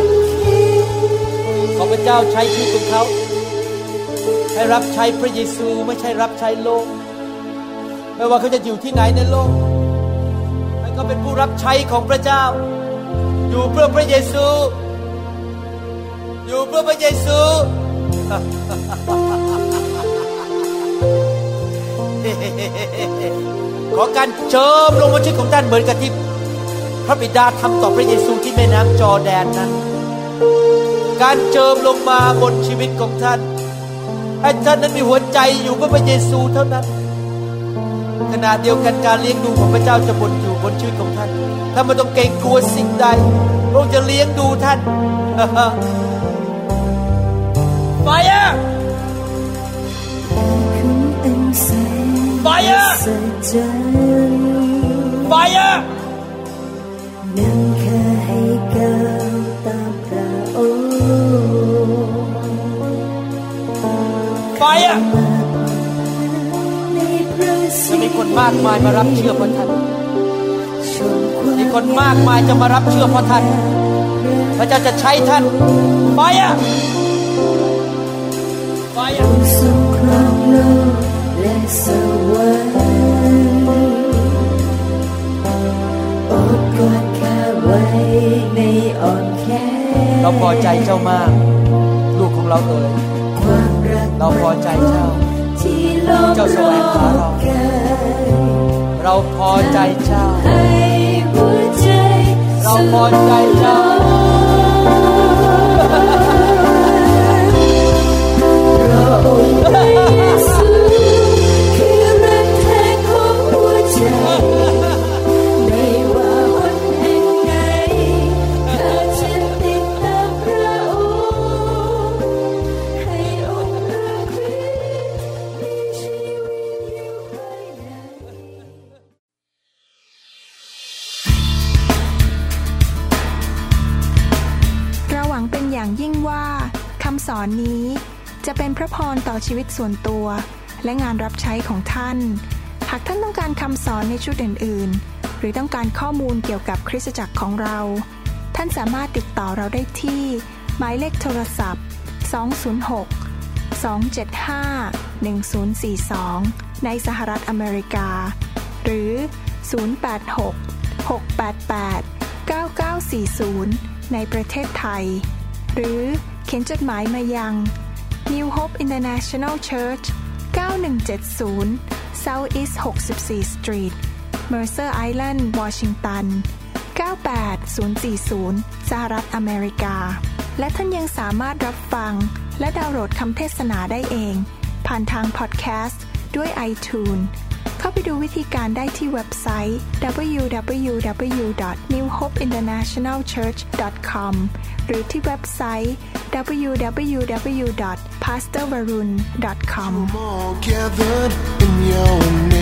C: ขอพระเจ้าใช้ชีวิตของเขาให้รับใช้พระเยซูไม่ใช่รับใช้โลกไม่ว่าเขาจะอยู่ที่ไหนในโลกให้เขาเป็นผู้รับใช้ของพระเจ้าอยู่เพื่อพระเยซูอยู่เพื่อพระเยซู ขอการเจิมลงบนชีวิตของท่านเหมือนกับที่พระบิดาทำต่อพระเยซูที่แม่น้ำจอร์แดนนั้นการเจิมลงมาบนชีวิตของท่านให้ท่านนั้นมีหัวใจอยู่เพื่อพระเยซูเท่านั้นขณะเดียวกันการเลี้ยงดูของพระเจ้าจะบนอยู่บนชีวิตของท่านท่านไม่ต้องเกรงกลัวสิ่งใดพระองค์จะเลี้ยงดูท่าน Fire Fire Fire
D: นั่งแค่ให้ก้าวตามพระองค์
C: Fire จะมีคนมากมายมารับเชื่อพระท่านมีคนมากมายจะมารับเชื่อพระท่านพระเจ้าจะใช้ท่าน Fire Fire
D: ทรงครองโลกและสวรรค์โปรดกอดข้าไว้ในอ้อมแขน
C: เราพอใจเจ้ามากลูกของเราเอ่ยเราพอใจเจ้าเจ้าแสวงหาเราเราพอใจเจ้าเราพอใจเจ้า
D: พระองค์พระเยซูคือรักแท้ของหัวใจไม่ว่าหนแห่งไหนข้าจะติดตามพระองค์ให้องค์พระคริสต์มีชีวิตอยู่ภายใน
A: เราหวังเป็นอย่างยิ่งว่าคำสอนนี้จะเป็นพระพรต่อชีวิตส่วนตัวและงานรับใช้ของท่านหากท่านต้องการคำสอนในชุดอื่นๆหรือต้องการข้อมูลเกี่ยวกับคริสตจักรของเราท่านสามารถติดต่อเราได้ที่หมายเลขโทรศัพท์สอง ศูนย์ หก สอง เจ็ด ห้า หนึ่ง ศูนย์ สี่ สองในสหรัฐอเมริกาหรือศูนย์ แปด หก หก แปด แปด เก้า เก้า สี่ ศูนย์ในประเทศไทยหรือเขียนจดหมายมายัง New Hope International Church เก้าหนึ่งเจ็ดศูนย์ South East หกสิบสี่ Street Mercer Island Washington เก้าแปดศูนย์สี่ศูนย์สหรัฐอเมริกาและท่านยังสามารถรับฟังและดาวน์โหลดคำเทศนาได้เองผ่านทางพอดแคสต์ด้วย iTunes เข้าไปดูวิธีการได้ที่เว็บไซต์ ดับเบิลยู ดับเบิลยู ดับเบิลยู ดอท นิว โฮป อินเตอร์เนชั่นแนล เชิร์ช ดอท คอม หรือที่เว็บไซต์ ดับเบิลยู ดับเบิลยู ดับเบิลยู ดอท พาสเตอร์ วารุณ ดอท คอม